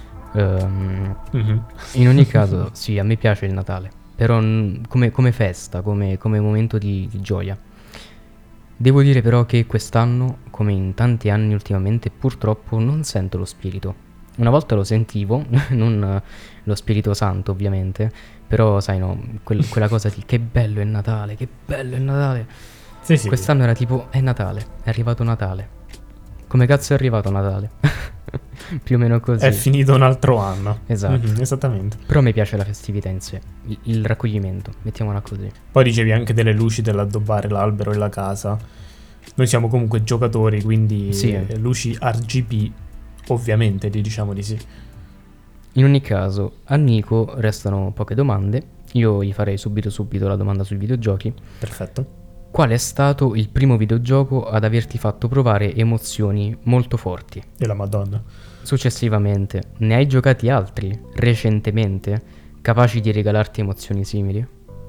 In ogni caso, sì, a me piace il Natale, però come festa, come momento di gioia. Devo dire però che quest'anno, come in tanti anni ultimamente, purtroppo non sento lo spirito. Una volta lo sentivo, non lo Spirito Santo ovviamente, però sai, no, quella cosa di che bello è Natale, che bello è Natale. Sì. Quest'anno era tipo, è Natale, è arrivato Natale. Come cazzo è arrivato Natale? Più o meno così. È finito un altro anno. Esatto. Esattamente. Però mi piace la festività in sé, il raccoglimento, mettiamola così. Poi dicevi anche delle luci, dell'addobbare l'albero e la casa. Noi siamo comunque giocatori, quindi sì, luci RGB, ovviamente, diciamo di sì. In ogni caso, a Nico restano poche domande. Io gli farei subito la domanda sui videogiochi. Perfetto. Qual è stato il primo videogioco ad averti fatto provare emozioni molto forti? E la Madonna. Successivamente, ne hai giocati altri, recentemente, capaci di regalarti emozioni simili?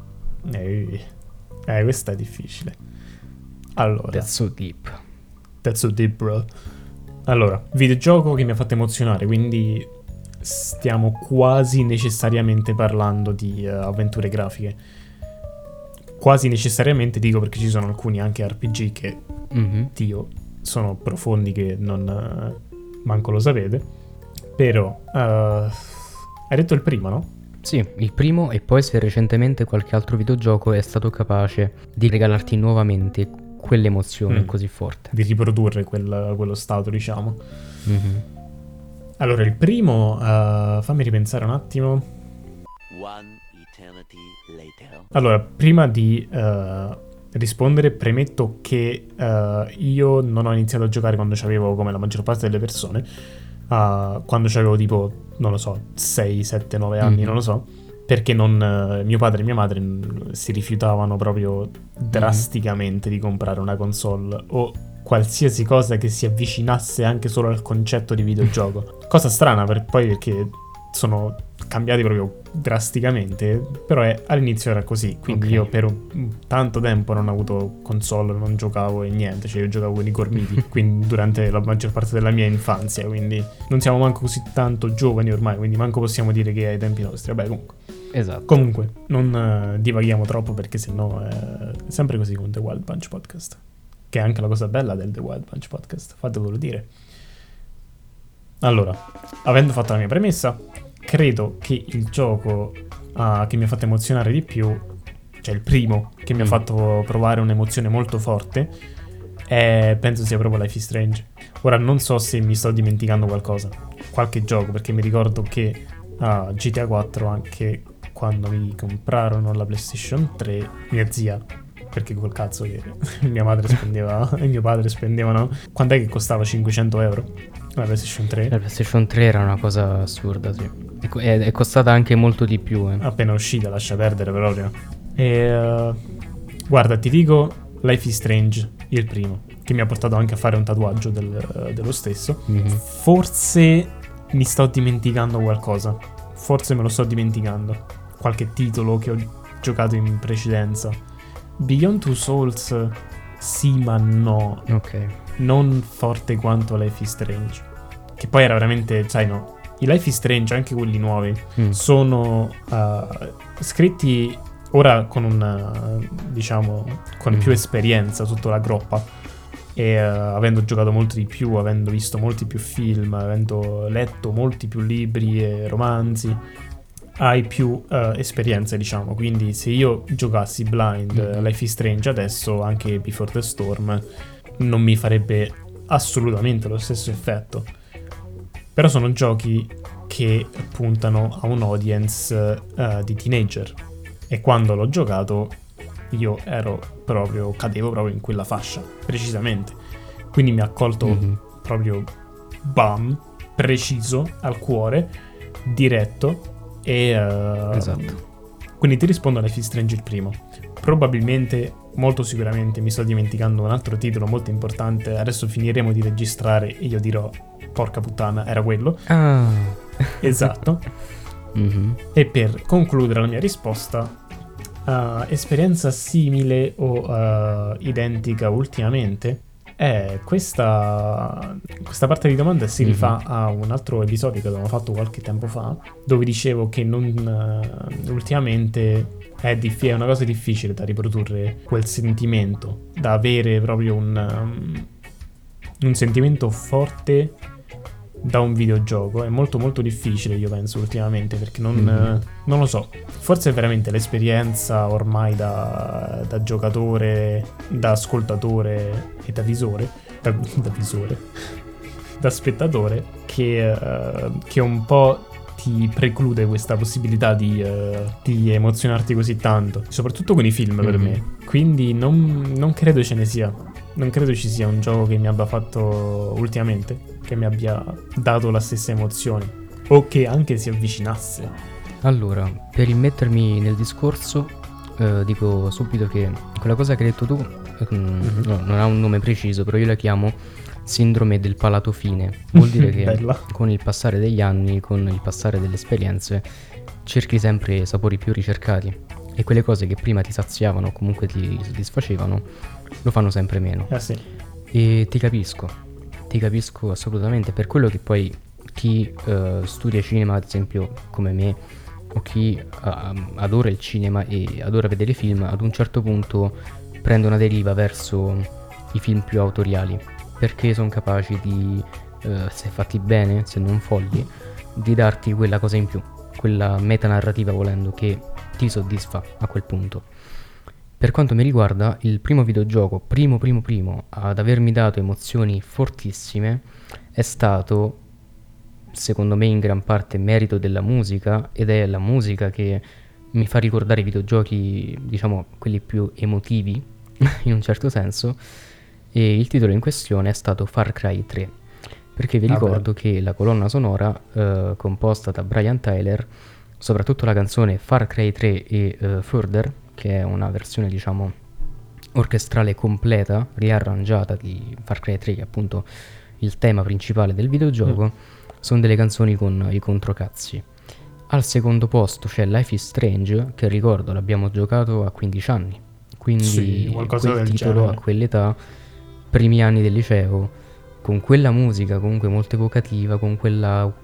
Questa è difficile. Allora. That's so deep. That's so deep, bro. Allora, videogioco che mi ha fatto emozionare, quindi stiamo quasi necessariamente parlando di avventure grafiche. Quasi necessariamente dico perché ci sono alcuni anche RPG che, Dio, sono profondi che non manco lo sapete. Però, hai detto il primo, no? Sì, il primo, e poi se recentemente qualche altro videogioco è stato capace di regalarti nuovamente quell'emozione così forte. Di riprodurre quello stato, diciamo. Allora, il primo, fammi ripensare un attimo. One eternity later. Allora, prima di rispondere, premetto che io non ho iniziato a giocare quando c'avevo, come la maggior parte delle persone, quando c'avevo tipo, non lo so, 6, 7, 9 anni, non lo so, perché mio padre e mia madre si rifiutavano proprio drasticamente di comprare una console o qualsiasi cosa che si avvicinasse anche solo al concetto di videogioco. Cosa strana perché sono cambiati proprio drasticamente, però all'inizio era così, quindi io per tanto tempo non ho avuto console, non giocavo e niente, cioè io giocavo con i gormiti, quindi durante la maggior parte della mia infanzia, quindi non siamo manco così tanto giovani ormai, quindi manco possiamo dire che ai tempi nostri, vabbè, comunque. Esatto. Comunque, non divaghiamo troppo perché sennò è sempre così con The Wild Bunch Podcast, che è anche la cosa bella del The Wild Bunch Podcast, fatevelo dire. Allora, avendo fatto la mia premessa, credo che il gioco che mi ha fatto emozionare di più, cioè il primo che mi ha fatto provare un'emozione molto forte, penso sia proprio Life is Strange. Ora non so se mi sto dimenticando qualche gioco, perché mi ricordo che a GTA 4 anche quando mi comprarono la PlayStation 3, mia zia, perché col cazzo che mia madre spendeva e mio padre spendevano, quant'è che costava? 500 euro la PlayStation 3? La PlayStation 3 era una cosa assurda, sì. È costata anche molto di più, Appena uscita, lascia perdere proprio. E guarda, ti dico Life is Strange, il primo, che mi ha portato anche a fare un tatuaggio dello stesso. Forse mi sto dimenticando qualcosa, forse me lo sto dimenticando, qualche titolo che ho giocato in precedenza. Beyond Two Souls sì, ma no, Ok. non forte quanto Life is Strange, che poi era veramente, sai, no, i Life is Strange, anche quelli nuovi, sono scritti ora con diciamo, con più esperienza sotto la groppa, e avendo giocato molto di più, avendo visto molti più film, avendo letto molti più libri e romanzi, hai più esperienza, diciamo. Quindi se io giocassi blind Life is Strange adesso, anche Before the Storm, non mi farebbe assolutamente lo stesso effetto. Però sono giochi che puntano a un audience di teenager, e quando l'ho giocato io cadevo proprio in quella fascia, precisamente. Quindi mi ha colto proprio bam, preciso, al cuore, diretto, e Esatto. quindi ti rispondo a Life is Strange il primo. Probabilmente, molto sicuramente, mi sto dimenticando un altro titolo molto importante. Adesso finiremo di registrare e io dirò porca puttana, era quello. Ah. Esatto. E per concludere la mia risposta, esperienza simile o identica ultimamente, questa parte di domanda si rifà a un altro episodio che avevamo fatto qualche tempo fa, dove dicevo che ultimamente è una cosa difficile da riprodurre quel sentimento, da avere proprio un sentimento forte da un videogioco. È molto molto difficile, io penso, ultimamente, perché non lo so, forse è veramente l'esperienza ormai da giocatore, da ascoltatore e da visore, da spettatore, che un po' ti preclude questa possibilità di emozionarti così tanto, soprattutto con i film, per me. Quindi non credo ce ne sia. Non credo ci sia un gioco che mi abbia fatto ultimamente, che mi abbia dato la stessa emozione, o che anche si avvicinasse. Allora, per immettermi nel discorso, dico subito che quella cosa che hai detto tu no, non ha un nome preciso, però io la chiamo sindrome del palato fine. Vuol dire che Bella. con il passare degli anni, con il passare delle esperienze, cerchi sempre sapori più ricercati, e quelle cose che prima ti saziavano o comunque ti soddisfacevano lo fanno sempre meno. Sì. E ti capisco assolutamente, per quello che poi chi studia cinema, ad esempio come me, o chi adora il cinema e adora vedere film, ad un certo punto prende una deriva verso i film più autoriali, perché sono capaci di, se fatti bene, se non folli, di darti quella cosa in più, quella metanarrativa, volendo, che ti soddisfa a quel punto. Per quanto mi riguarda, il primo videogioco, primo ad avermi dato emozioni fortissime, è stato, secondo me, in gran parte merito della musica, ed è la musica che mi fa ricordare i videogiochi, diciamo, quelli più emotivi, in un certo senso, e il titolo in questione è stato Far Cry 3, perché vi ricordo che la colonna sonora, composta da Brian Tyler, soprattutto la canzone Far Cry 3 e Further, che è una versione, diciamo, orchestrale completa, riarrangiata di Far Cry 3, che è appunto il tema principale del videogioco, sono delle canzoni con i controcazzi. Al secondo posto c'è Life is Strange, che ricordo l'abbiamo giocato a 15 anni, quindi sì, qualcosa quel del titolo genere. a quell'età, primi anni del liceo, con quella musica comunque molto evocativa, con quel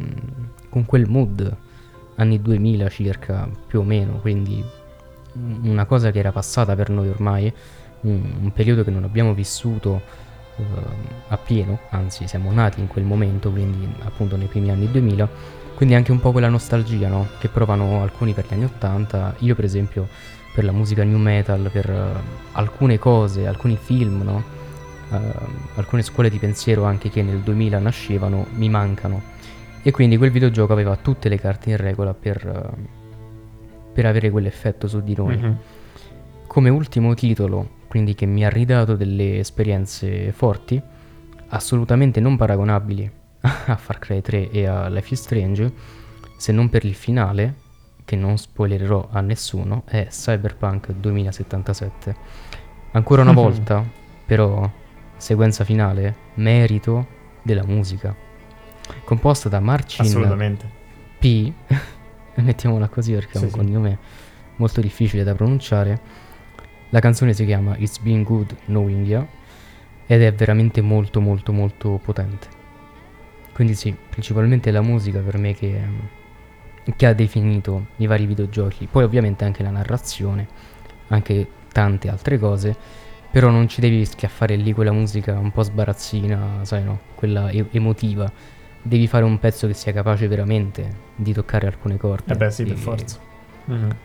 mood, anni 2000 circa, più o meno, quindi una cosa che era passata per noi ormai, un periodo che non abbiamo vissuto appieno, anzi siamo nati in quel momento, quindi appunto nei primi anni 2000, quindi anche un po' quella nostalgia, no? Che provano alcuni per gli anni 80, io per esempio per la musica new metal, per alcune cose, alcuni film, no? Alcune scuole di pensiero anche che nel 2000 nascevano, mi mancano, E quindi quel videogioco aveva tutte le carte in regola per avere quell'effetto su di noi. Mhm. Come ultimo titolo, quindi che mi ha ridato delle esperienze forti, assolutamente non paragonabili a Far Cry 3 e a Life is Strange, se non per il finale, che non spoilerò a nessuno, è Cyberpunk 2077. Ancora una volta, però, sequenza finale, merito della musica. Composta da Marcin Assolutamente. P, mettiamola così perché è Sì, un sì. cognome molto difficile da pronunciare. La canzone si chiama It's Been Good Knowing Ya ed è veramente molto molto molto potente. Quindi sì, principalmente la musica per me che ha definito i vari videogiochi. Poi ovviamente anche la narrazione, anche tante altre cose, però non ci devi schiaffare lì quella musica un po' sbarazzina, sai no, quella emotiva. Devi fare un pezzo che sia capace veramente di toccare alcune corde. Eh beh, sì, per E- forza. Mhm.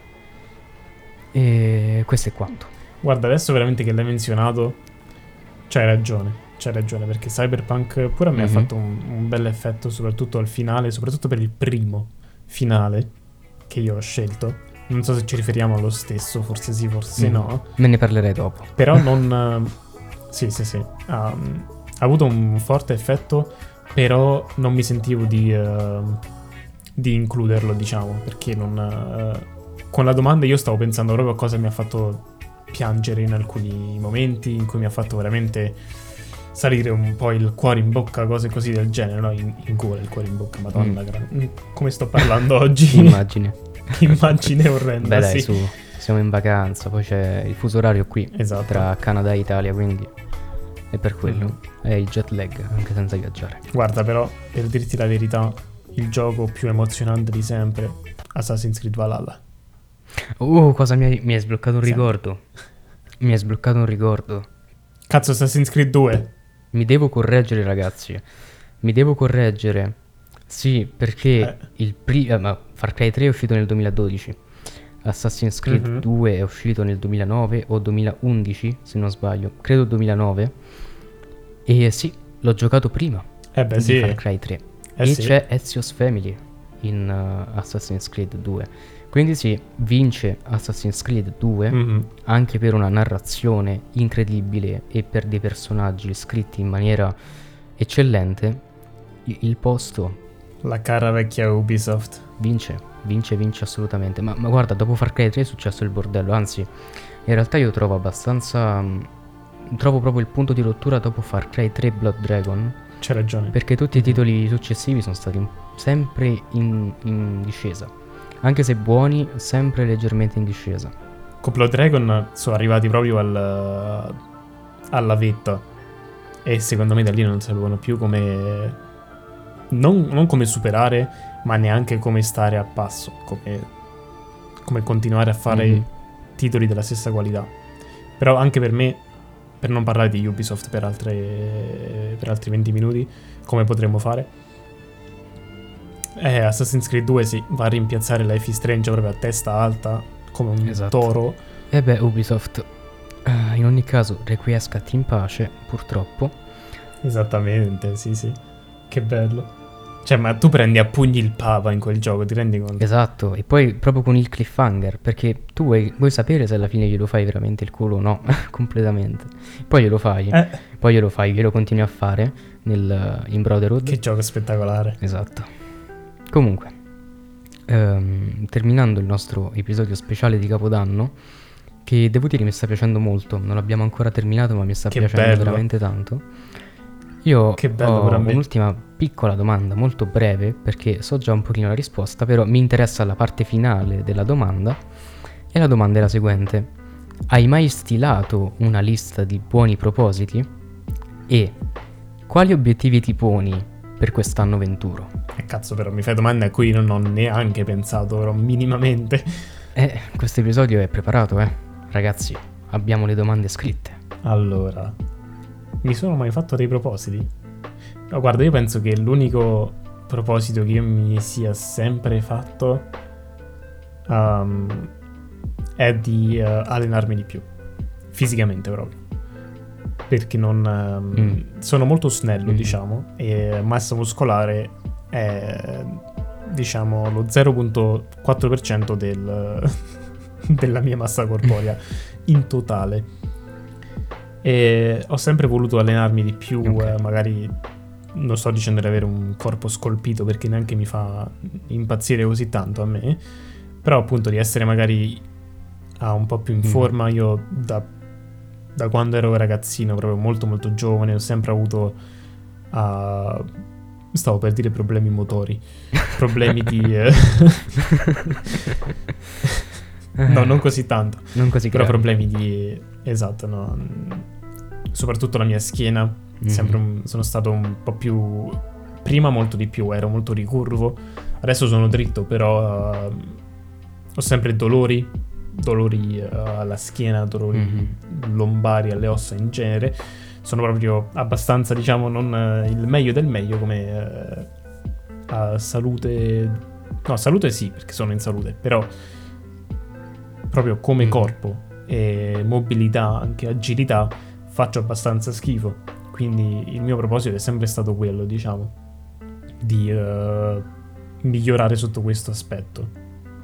E questo è quanto. Guarda, adesso veramente che l'hai menzionato, c'hai ragione, perché Cyberpunk pure a me ha Mhm. fatto un bel effetto, soprattutto al finale, soprattutto per il primo finale che io ho scelto. Non so se ci riferiamo allo stesso, forse sì, forse Mm. no. Me ne parlerei dopo. Però non... sì. Ha avuto un forte effetto, però non mi sentivo di includerlo, diciamo, perché non... con la domanda io stavo pensando proprio a cosa mi ha fatto piangere in alcuni momenti, in cui mi ha fatto veramente salire un po' il cuore in bocca, cose così del genere, no? In gola il cuore in bocca, madonna, come sto parlando oggi? Immagine. Immagine orrenda, Beh dai, sì. su, siamo in vacanza, poi c'è il fuso orario qui, Esatto. tra Canada e Italia, quindi è per quello. Mhm. È il jet lag, anche senza viaggiare. Guarda, però, per dirti la verità, il gioco più emozionante di sempre, Assassin's Creed Valhalla. Cosa mi hai sbloccato un Sempre. ricordo. Mi hai sbloccato un ricordo. Cazzo, Assassin's Creed 2. Mi devo correggere, ragazzi. Mi devo correggere. Sì, perché ma Far Cry 3 è uscito nel 2012. Assassin's Creed Mhm. 2 è uscito nel 2009 o 2011, se non sbaglio. Credo 2009. E sì, l'ho giocato prima Eh beh, di sì. Far Cry 3. Eh E sì. c'è Ezio's Family in Assassin's Creed 2. Quindi sì, vince Assassin's Creed 2 Mhm. anche per una narrazione incredibile e per dei personaggi scritti in maniera eccellente. Il posto La cara vecchia Ubisoft. vince assolutamente. Ma guarda, dopo Far Cry 3 è successo il bordello. Anzi, in realtà io trovo abbastanza... trovo proprio il punto di rottura dopo Far Cry 3 Blood Dragon, C'hai ragione. perché tutti i titoli successivi sono stati sempre in discesa. Anche se buoni, sempre leggermente in discesa. Con Blood Dragon sono arrivati proprio alla vetta. E secondo me da lì non sapevano più come... Non come superare, ma neanche come stare a passo. Come continuare a fare Mhm. titoli della stessa qualità. Però anche per me, per non parlare di Ubisoft per altri 20 minuti, come potremmo fare, Assassin's Creed 2 sì, va a rimpiazzare Life is Strange proprio a testa alta, come un Esatto. toro. E beh, Ubisoft, in ogni caso, requiescati in pace, purtroppo. Esattamente, sì, sì. Che bello. Cioè, ma tu prendi a pugni il Papa in quel gioco, ti rendi conto? Esatto, e poi proprio con il cliffhanger, perché tu vuoi sapere se alla fine glielo fai veramente il culo o no, completamente. Poi glielo fai, glielo continui a fare in Brotherhood. Che gioco spettacolare. Esatto. Comunque, terminando il nostro episodio speciale di Capodanno, che devo dire mi sta piacendo molto, non l'abbiamo ancora terminato ma mi sta Che piacendo bello. veramente tanto. Io Che bello ho pure a me. un'ultima piccola domanda, molto breve, perché so già un pochino la risposta, però mi interessa la parte finale della domanda, e la domanda è la seguente. Hai mai stilato una lista di buoni propositi? E quali obiettivi ti poni per quest'anno venturo? Cazzo, però mi fai domande a cui non ho neanche pensato, però minimamente. Questo episodio è preparato, ragazzi, abbiamo le domande scritte. Allora, mi sono mai fatto dei propositi? No, guarda, io penso che l'unico proposito che io mi sia sempre fatto è di allenarmi di più, fisicamente proprio. Perché non sono molto snello, Mhm. diciamo, e massa muscolare è, diciamo, lo 0,4% della mia massa corporea in totale. E ho sempre voluto allenarmi di più, Ok. magari non sto dicendo di avere un corpo scolpito perché neanche mi fa impazzire così tanto a me, però appunto di essere magari un po' più in forma. Io da quando ero ragazzino, proprio molto molto giovane, ho sempre avuto, stavo per dire problemi motori, problemi di... no, non così tanto, Non così però gravi. problemi di... Esatto, no. Soprattutto la mia schiena, sempre sono stato un po' più... Prima molto di più, ero molto ricurvo, adesso sono dritto, però ho sempre dolori alla schiena, dolori lombari, alle ossa in genere. Sono proprio abbastanza, diciamo, non il meglio del meglio come salute. No, salute sì, perché sono in salute, però proprio come corpo e mobilità, anche agilità, faccio abbastanza schifo. Quindi il mio proposito è sempre stato quello, diciamo, di migliorare sotto questo aspetto.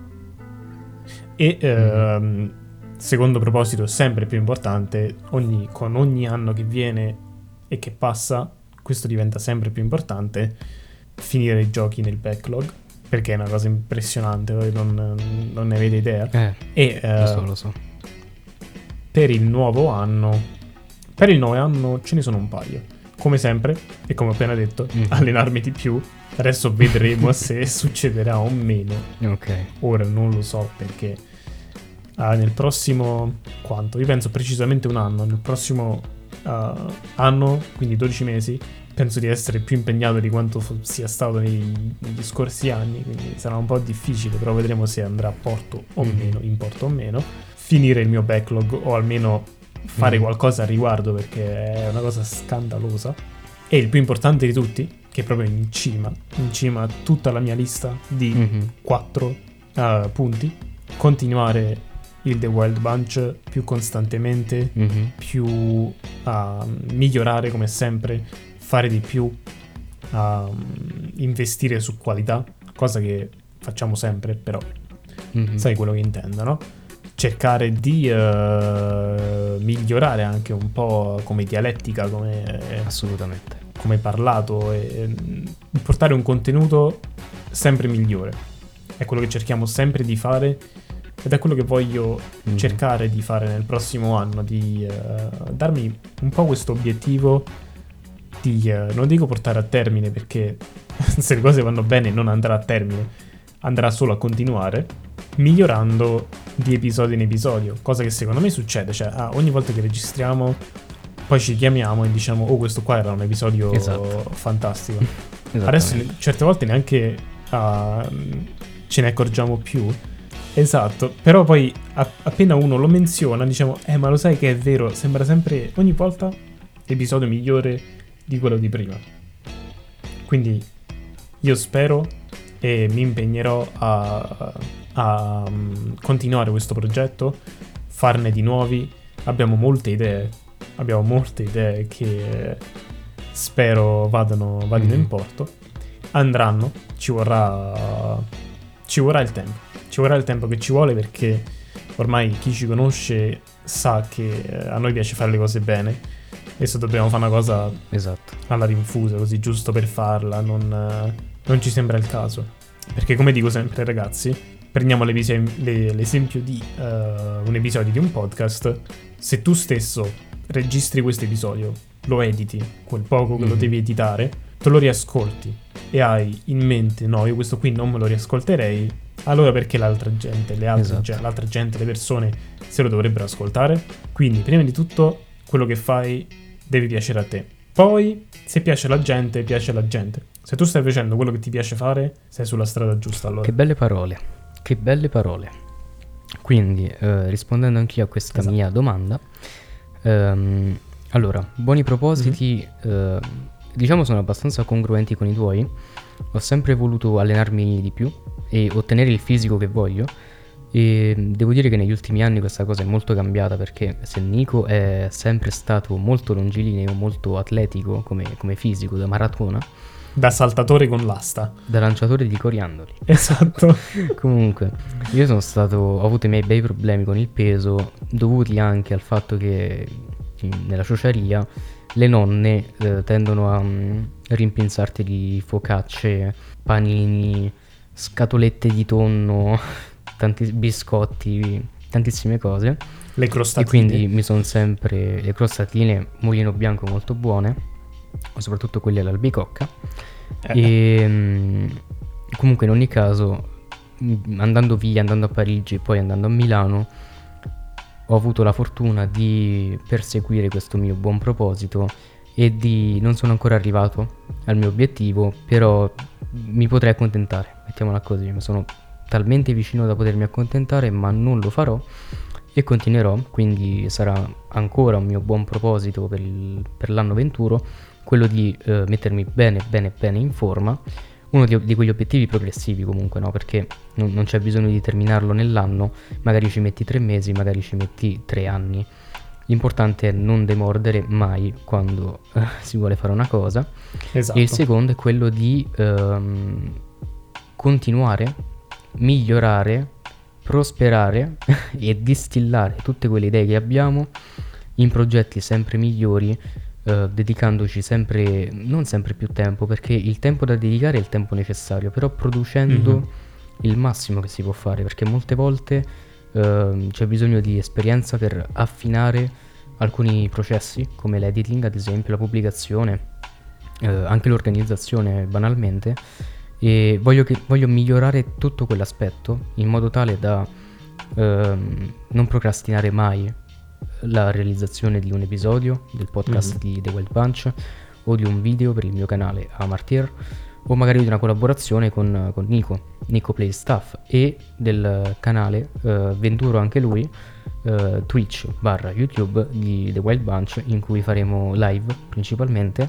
E secondo proposito, sempre più importante, con ogni anno che viene e che passa, questo diventa sempre più importante, finire i giochi nel backlog, perché è una cosa impressionante, voi non ne avete idea. E Lo so. per il nuovo anno ce ne sono un paio, come sempre, e come ho appena detto, allenarmi di più. Adesso vedremo se succederà o meno. Ok. Ora non lo so, perché nel prossimo... quanto? Io penso precisamente un anno. Nel prossimo anno, quindi 12 mesi, penso di essere più impegnato di quanto sia stato negli scorsi anni, quindi sarà un po' difficile, però vedremo se andrà a porto o meno, in porto o meno, finire il mio backlog o almeno fare qualcosa a riguardo, perché è una cosa scandalosa. E il più importante di tutti, che è proprio in cima a tutta la mia lista di 4 punti, continuare il The Wild Bunch più costantemente, più migliorare come sempre, fare di più, investire su qualità, cosa che facciamo sempre, però sai quello che intendo, no? Cercare di migliorare anche un po' come dialettica, Assolutamente. come parlato, e portare un contenuto sempre migliore. È quello che cerchiamo sempre di fare ed è quello che voglio cercare di fare nel prossimo anno, di darmi un po' questo obiettivo di, non dico portare a termine, perché se le cose vanno bene non andrà a termine, andrà solo a continuare, migliorando di episodio in episodio, cosa che secondo me succede, cioè ogni volta che registriamo poi ci chiamiamo e diciamo oh, questo qua era un episodio fantastico. Adesso certe volte neanche ce ne accorgiamo più. Esatto, però poi appena uno lo menziona diciamo ma lo sai che è vero, sembra sempre ogni volta l'episodio migliore di quello di prima. Quindi io spero e mi impegnerò a continuare questo progetto, farne di nuovi. Abbiamo molte idee che spero vadano in porto. Andranno, ci vorrà il tempo. Ci vorrà il tempo che ci vuole, perché ormai chi ci conosce sa che a noi piace fare le cose bene, e se dobbiamo fare una cosa alla rinfusa, così giusto per farla, non ci sembra il caso. Perché come dico sempre ai ragazzi, prendiamo l'esempio di un episodio di un podcast. Se tu stesso registri questo episodio, lo editi, quel poco che lo devi editare, te lo riascolti e hai in mente no, io questo qui non me lo riascolterei, allora perché l'altra gente, le persone se lo dovrebbero ascoltare? Quindi prima di tutto quello che fai deve piacere a te, poi se piace alla gente, piace alla gente. Se tu stai facendo quello che ti piace fare, sei sulla strada giusta. Allora che belle parole. Quindi rispondendo anch'io a questa mia domanda, allora, buoni propositi diciamo sono abbastanza congruenti con i tuoi. Ho sempre voluto allenarmi di più e ottenere il fisico che voglio, e devo dire che negli ultimi anni questa cosa è molto cambiata, perché se Nico è sempre stato molto longilineo, molto atletico come fisico da maratona, Da saltatore con l'asta. Da lanciatore di coriandoli. Esatto. Comunque, ho avuto i miei bei problemi con il peso, dovuti anche al fatto che nella ciociaria le nonne tendono a rimpinzarti di focacce, panini, scatolette di tonno, tanti biscotti, tantissime cose. Le E crostatine. quindi mi sono sempre le crostatine mulino bianco molto buone, soprattutto quelle all'albicocca. E comunque in ogni caso, andando a Parigi e poi andando a Milano, ho avuto la fortuna di perseguire questo mio buon proposito e non sono ancora arrivato al mio obiettivo, però mi potrei accontentare, mettiamola così. Mi sono talmente vicino da potermi accontentare, ma non lo farò e continuerò, quindi sarà ancora un mio buon proposito per l'anno 21, quello di mettermi bene in forma. Uno di quegli obiettivi progressivi comunque, no? Perché non c'è bisogno di terminarlo nell'anno, magari ci metti 3 mesi, magari ci metti 3 anni. L'importante è non demordere mai quando si vuole fare una cosa. Esatto. E il secondo è quello di continuare, migliorare, prosperare e distillare tutte quelle idee che abbiamo in progetti sempre migliori, dedicandoci non sempre più tempo, perché il tempo da dedicare è il tempo necessario, però producendo il massimo che si può fare, perché molte volte c'è bisogno di esperienza per affinare alcuni processi, come l'editing ad esempio, la pubblicazione, anche l'organizzazione banalmente, e voglio migliorare tutto quell'aspetto in modo tale da non procrastinare mai la realizzazione di un episodio del podcast di The Wild Bunch, o di un video per il mio canale Amartier, o magari di una collaborazione con Nico Play Stuff, e del canale Venturo anche lui, Twitch/YouTube di The Wild Bunch, in cui faremo live principalmente.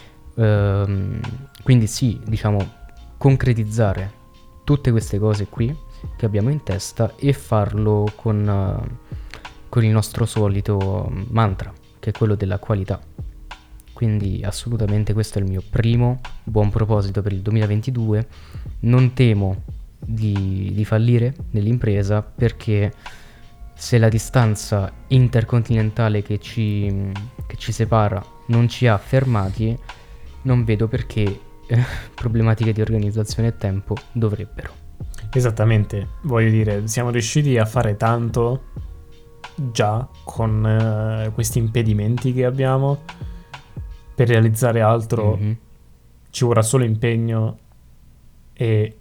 Quindi sì, diciamo, concretizzare tutte queste cose qui che abbiamo in testa e farlo con il nostro solito mantra, che è quello della qualità. Quindi assolutamente questo è il mio primo buon proposito per il 2022. Non temo di fallire nell'impresa, perché se la distanza intercontinentale che ci separa non ci ha fermati, non vedo perché problematiche di organizzazione e tempo dovrebbero. Esattamente, voglio dire, siamo riusciti a fare tanto già con questi impedimenti che abbiamo. Per realizzare altro ci vorrà solo impegno e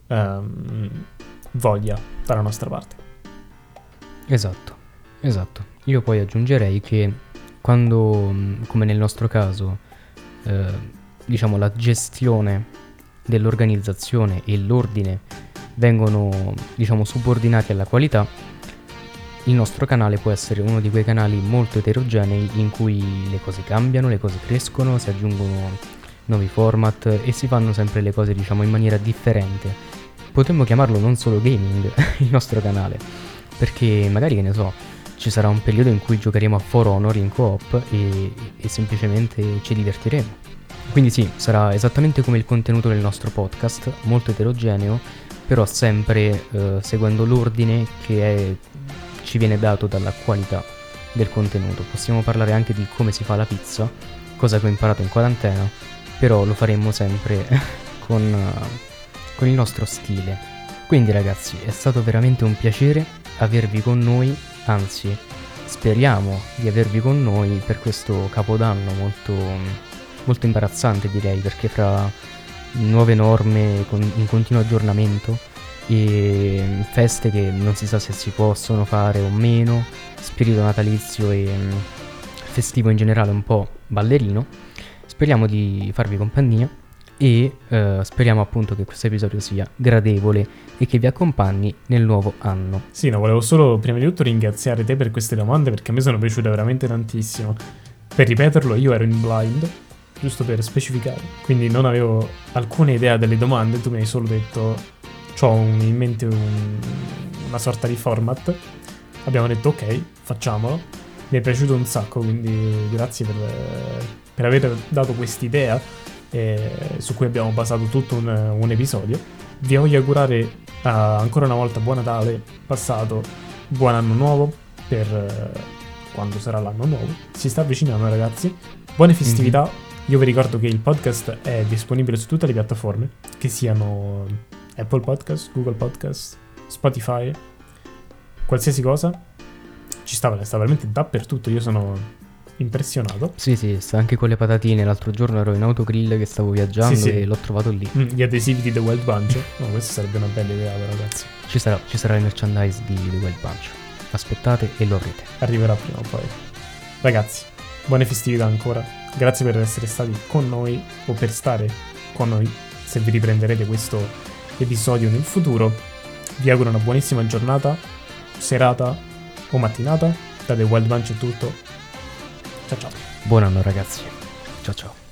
voglia dalla nostra parte. Esatto. Io poi aggiungerei che quando, come nel nostro caso, diciamo la gestione dell'organizzazione e l'ordine vengono, diciamo, subordinati alla qualità, il nostro canale può essere uno di quei canali molto eterogenei in cui le cose cambiano, le cose crescono, si aggiungono nuovi format e si fanno sempre le cose, diciamo, in maniera differente. Potremmo chiamarlo non solo gaming, il nostro canale, perché magari, che ne so, ci sarà un periodo in cui giocheremo a For Honor in co-op e semplicemente ci divertiremo. Quindi sì, sarà esattamente come il contenuto del nostro podcast, molto eterogeneo, però sempre seguendo l'ordine che ci viene dato dalla qualità del contenuto. Possiamo parlare anche di come si fa la pizza, cosa che ho imparato in quarantena, però lo faremo sempre con il nostro stile. Quindi ragazzi, è stato veramente un piacere avervi con noi, anzi speriamo di avervi con noi per questo capodanno molto imbarazzante, direi, perché fra nuove norme in continuo aggiornamento e feste che non si sa se si possono fare o meno, spirito natalizio e festivo in generale un po' ballerino, speriamo di farvi compagnia e speriamo appunto che questo episodio sia gradevole e che vi accompagni nel nuovo anno. Sì, no, volevo solo prima di tutto ringraziare te per queste domande, perché a me sono piaciute veramente tantissimo. Per ripeterlo, io ero in blind, giusto per specificare, quindi non avevo alcuna idea delle domande. Tu mi hai solo detto c'ho in mente una sorta di format, abbiamo detto ok, facciamolo, mi è piaciuto un sacco, quindi grazie per aver dato quest'idea su cui abbiamo basato tutto un episodio. Vi voglio augurare ancora una volta buon Natale passato, buon anno nuovo per quando sarà l'anno nuovo. Si sta avvicinando, ragazzi. Buone festività. Io vi ricordo che il podcast è disponibile su tutte le piattaforme, che siano Apple Podcast, Google Podcast, Spotify, qualsiasi cosa. Sta veramente dappertutto. Io sono impressionato. Sì, sta anche con le patatine. L'altro giorno ero in autogrill che stavo viaggiando Sì. e l'ho trovato lì. Gli adesivi di The Wild Bunch. No, questa sarebbe una bella idea, ragazzi. Ci sarà il merchandise di The Wild Bunch. Aspettate e lo avrete. Arriverà prima o poi. Ragazzi, buone festività ancora. Grazie per essere stati con noi, o per stare con noi, se vi riprenderete questo episodio nel futuro. Vi auguro una buonissima giornata, serata o mattinata. Da The Wild Bunch è tutto. Ciao ciao. Buon anno, ragazzi. Ciao ciao.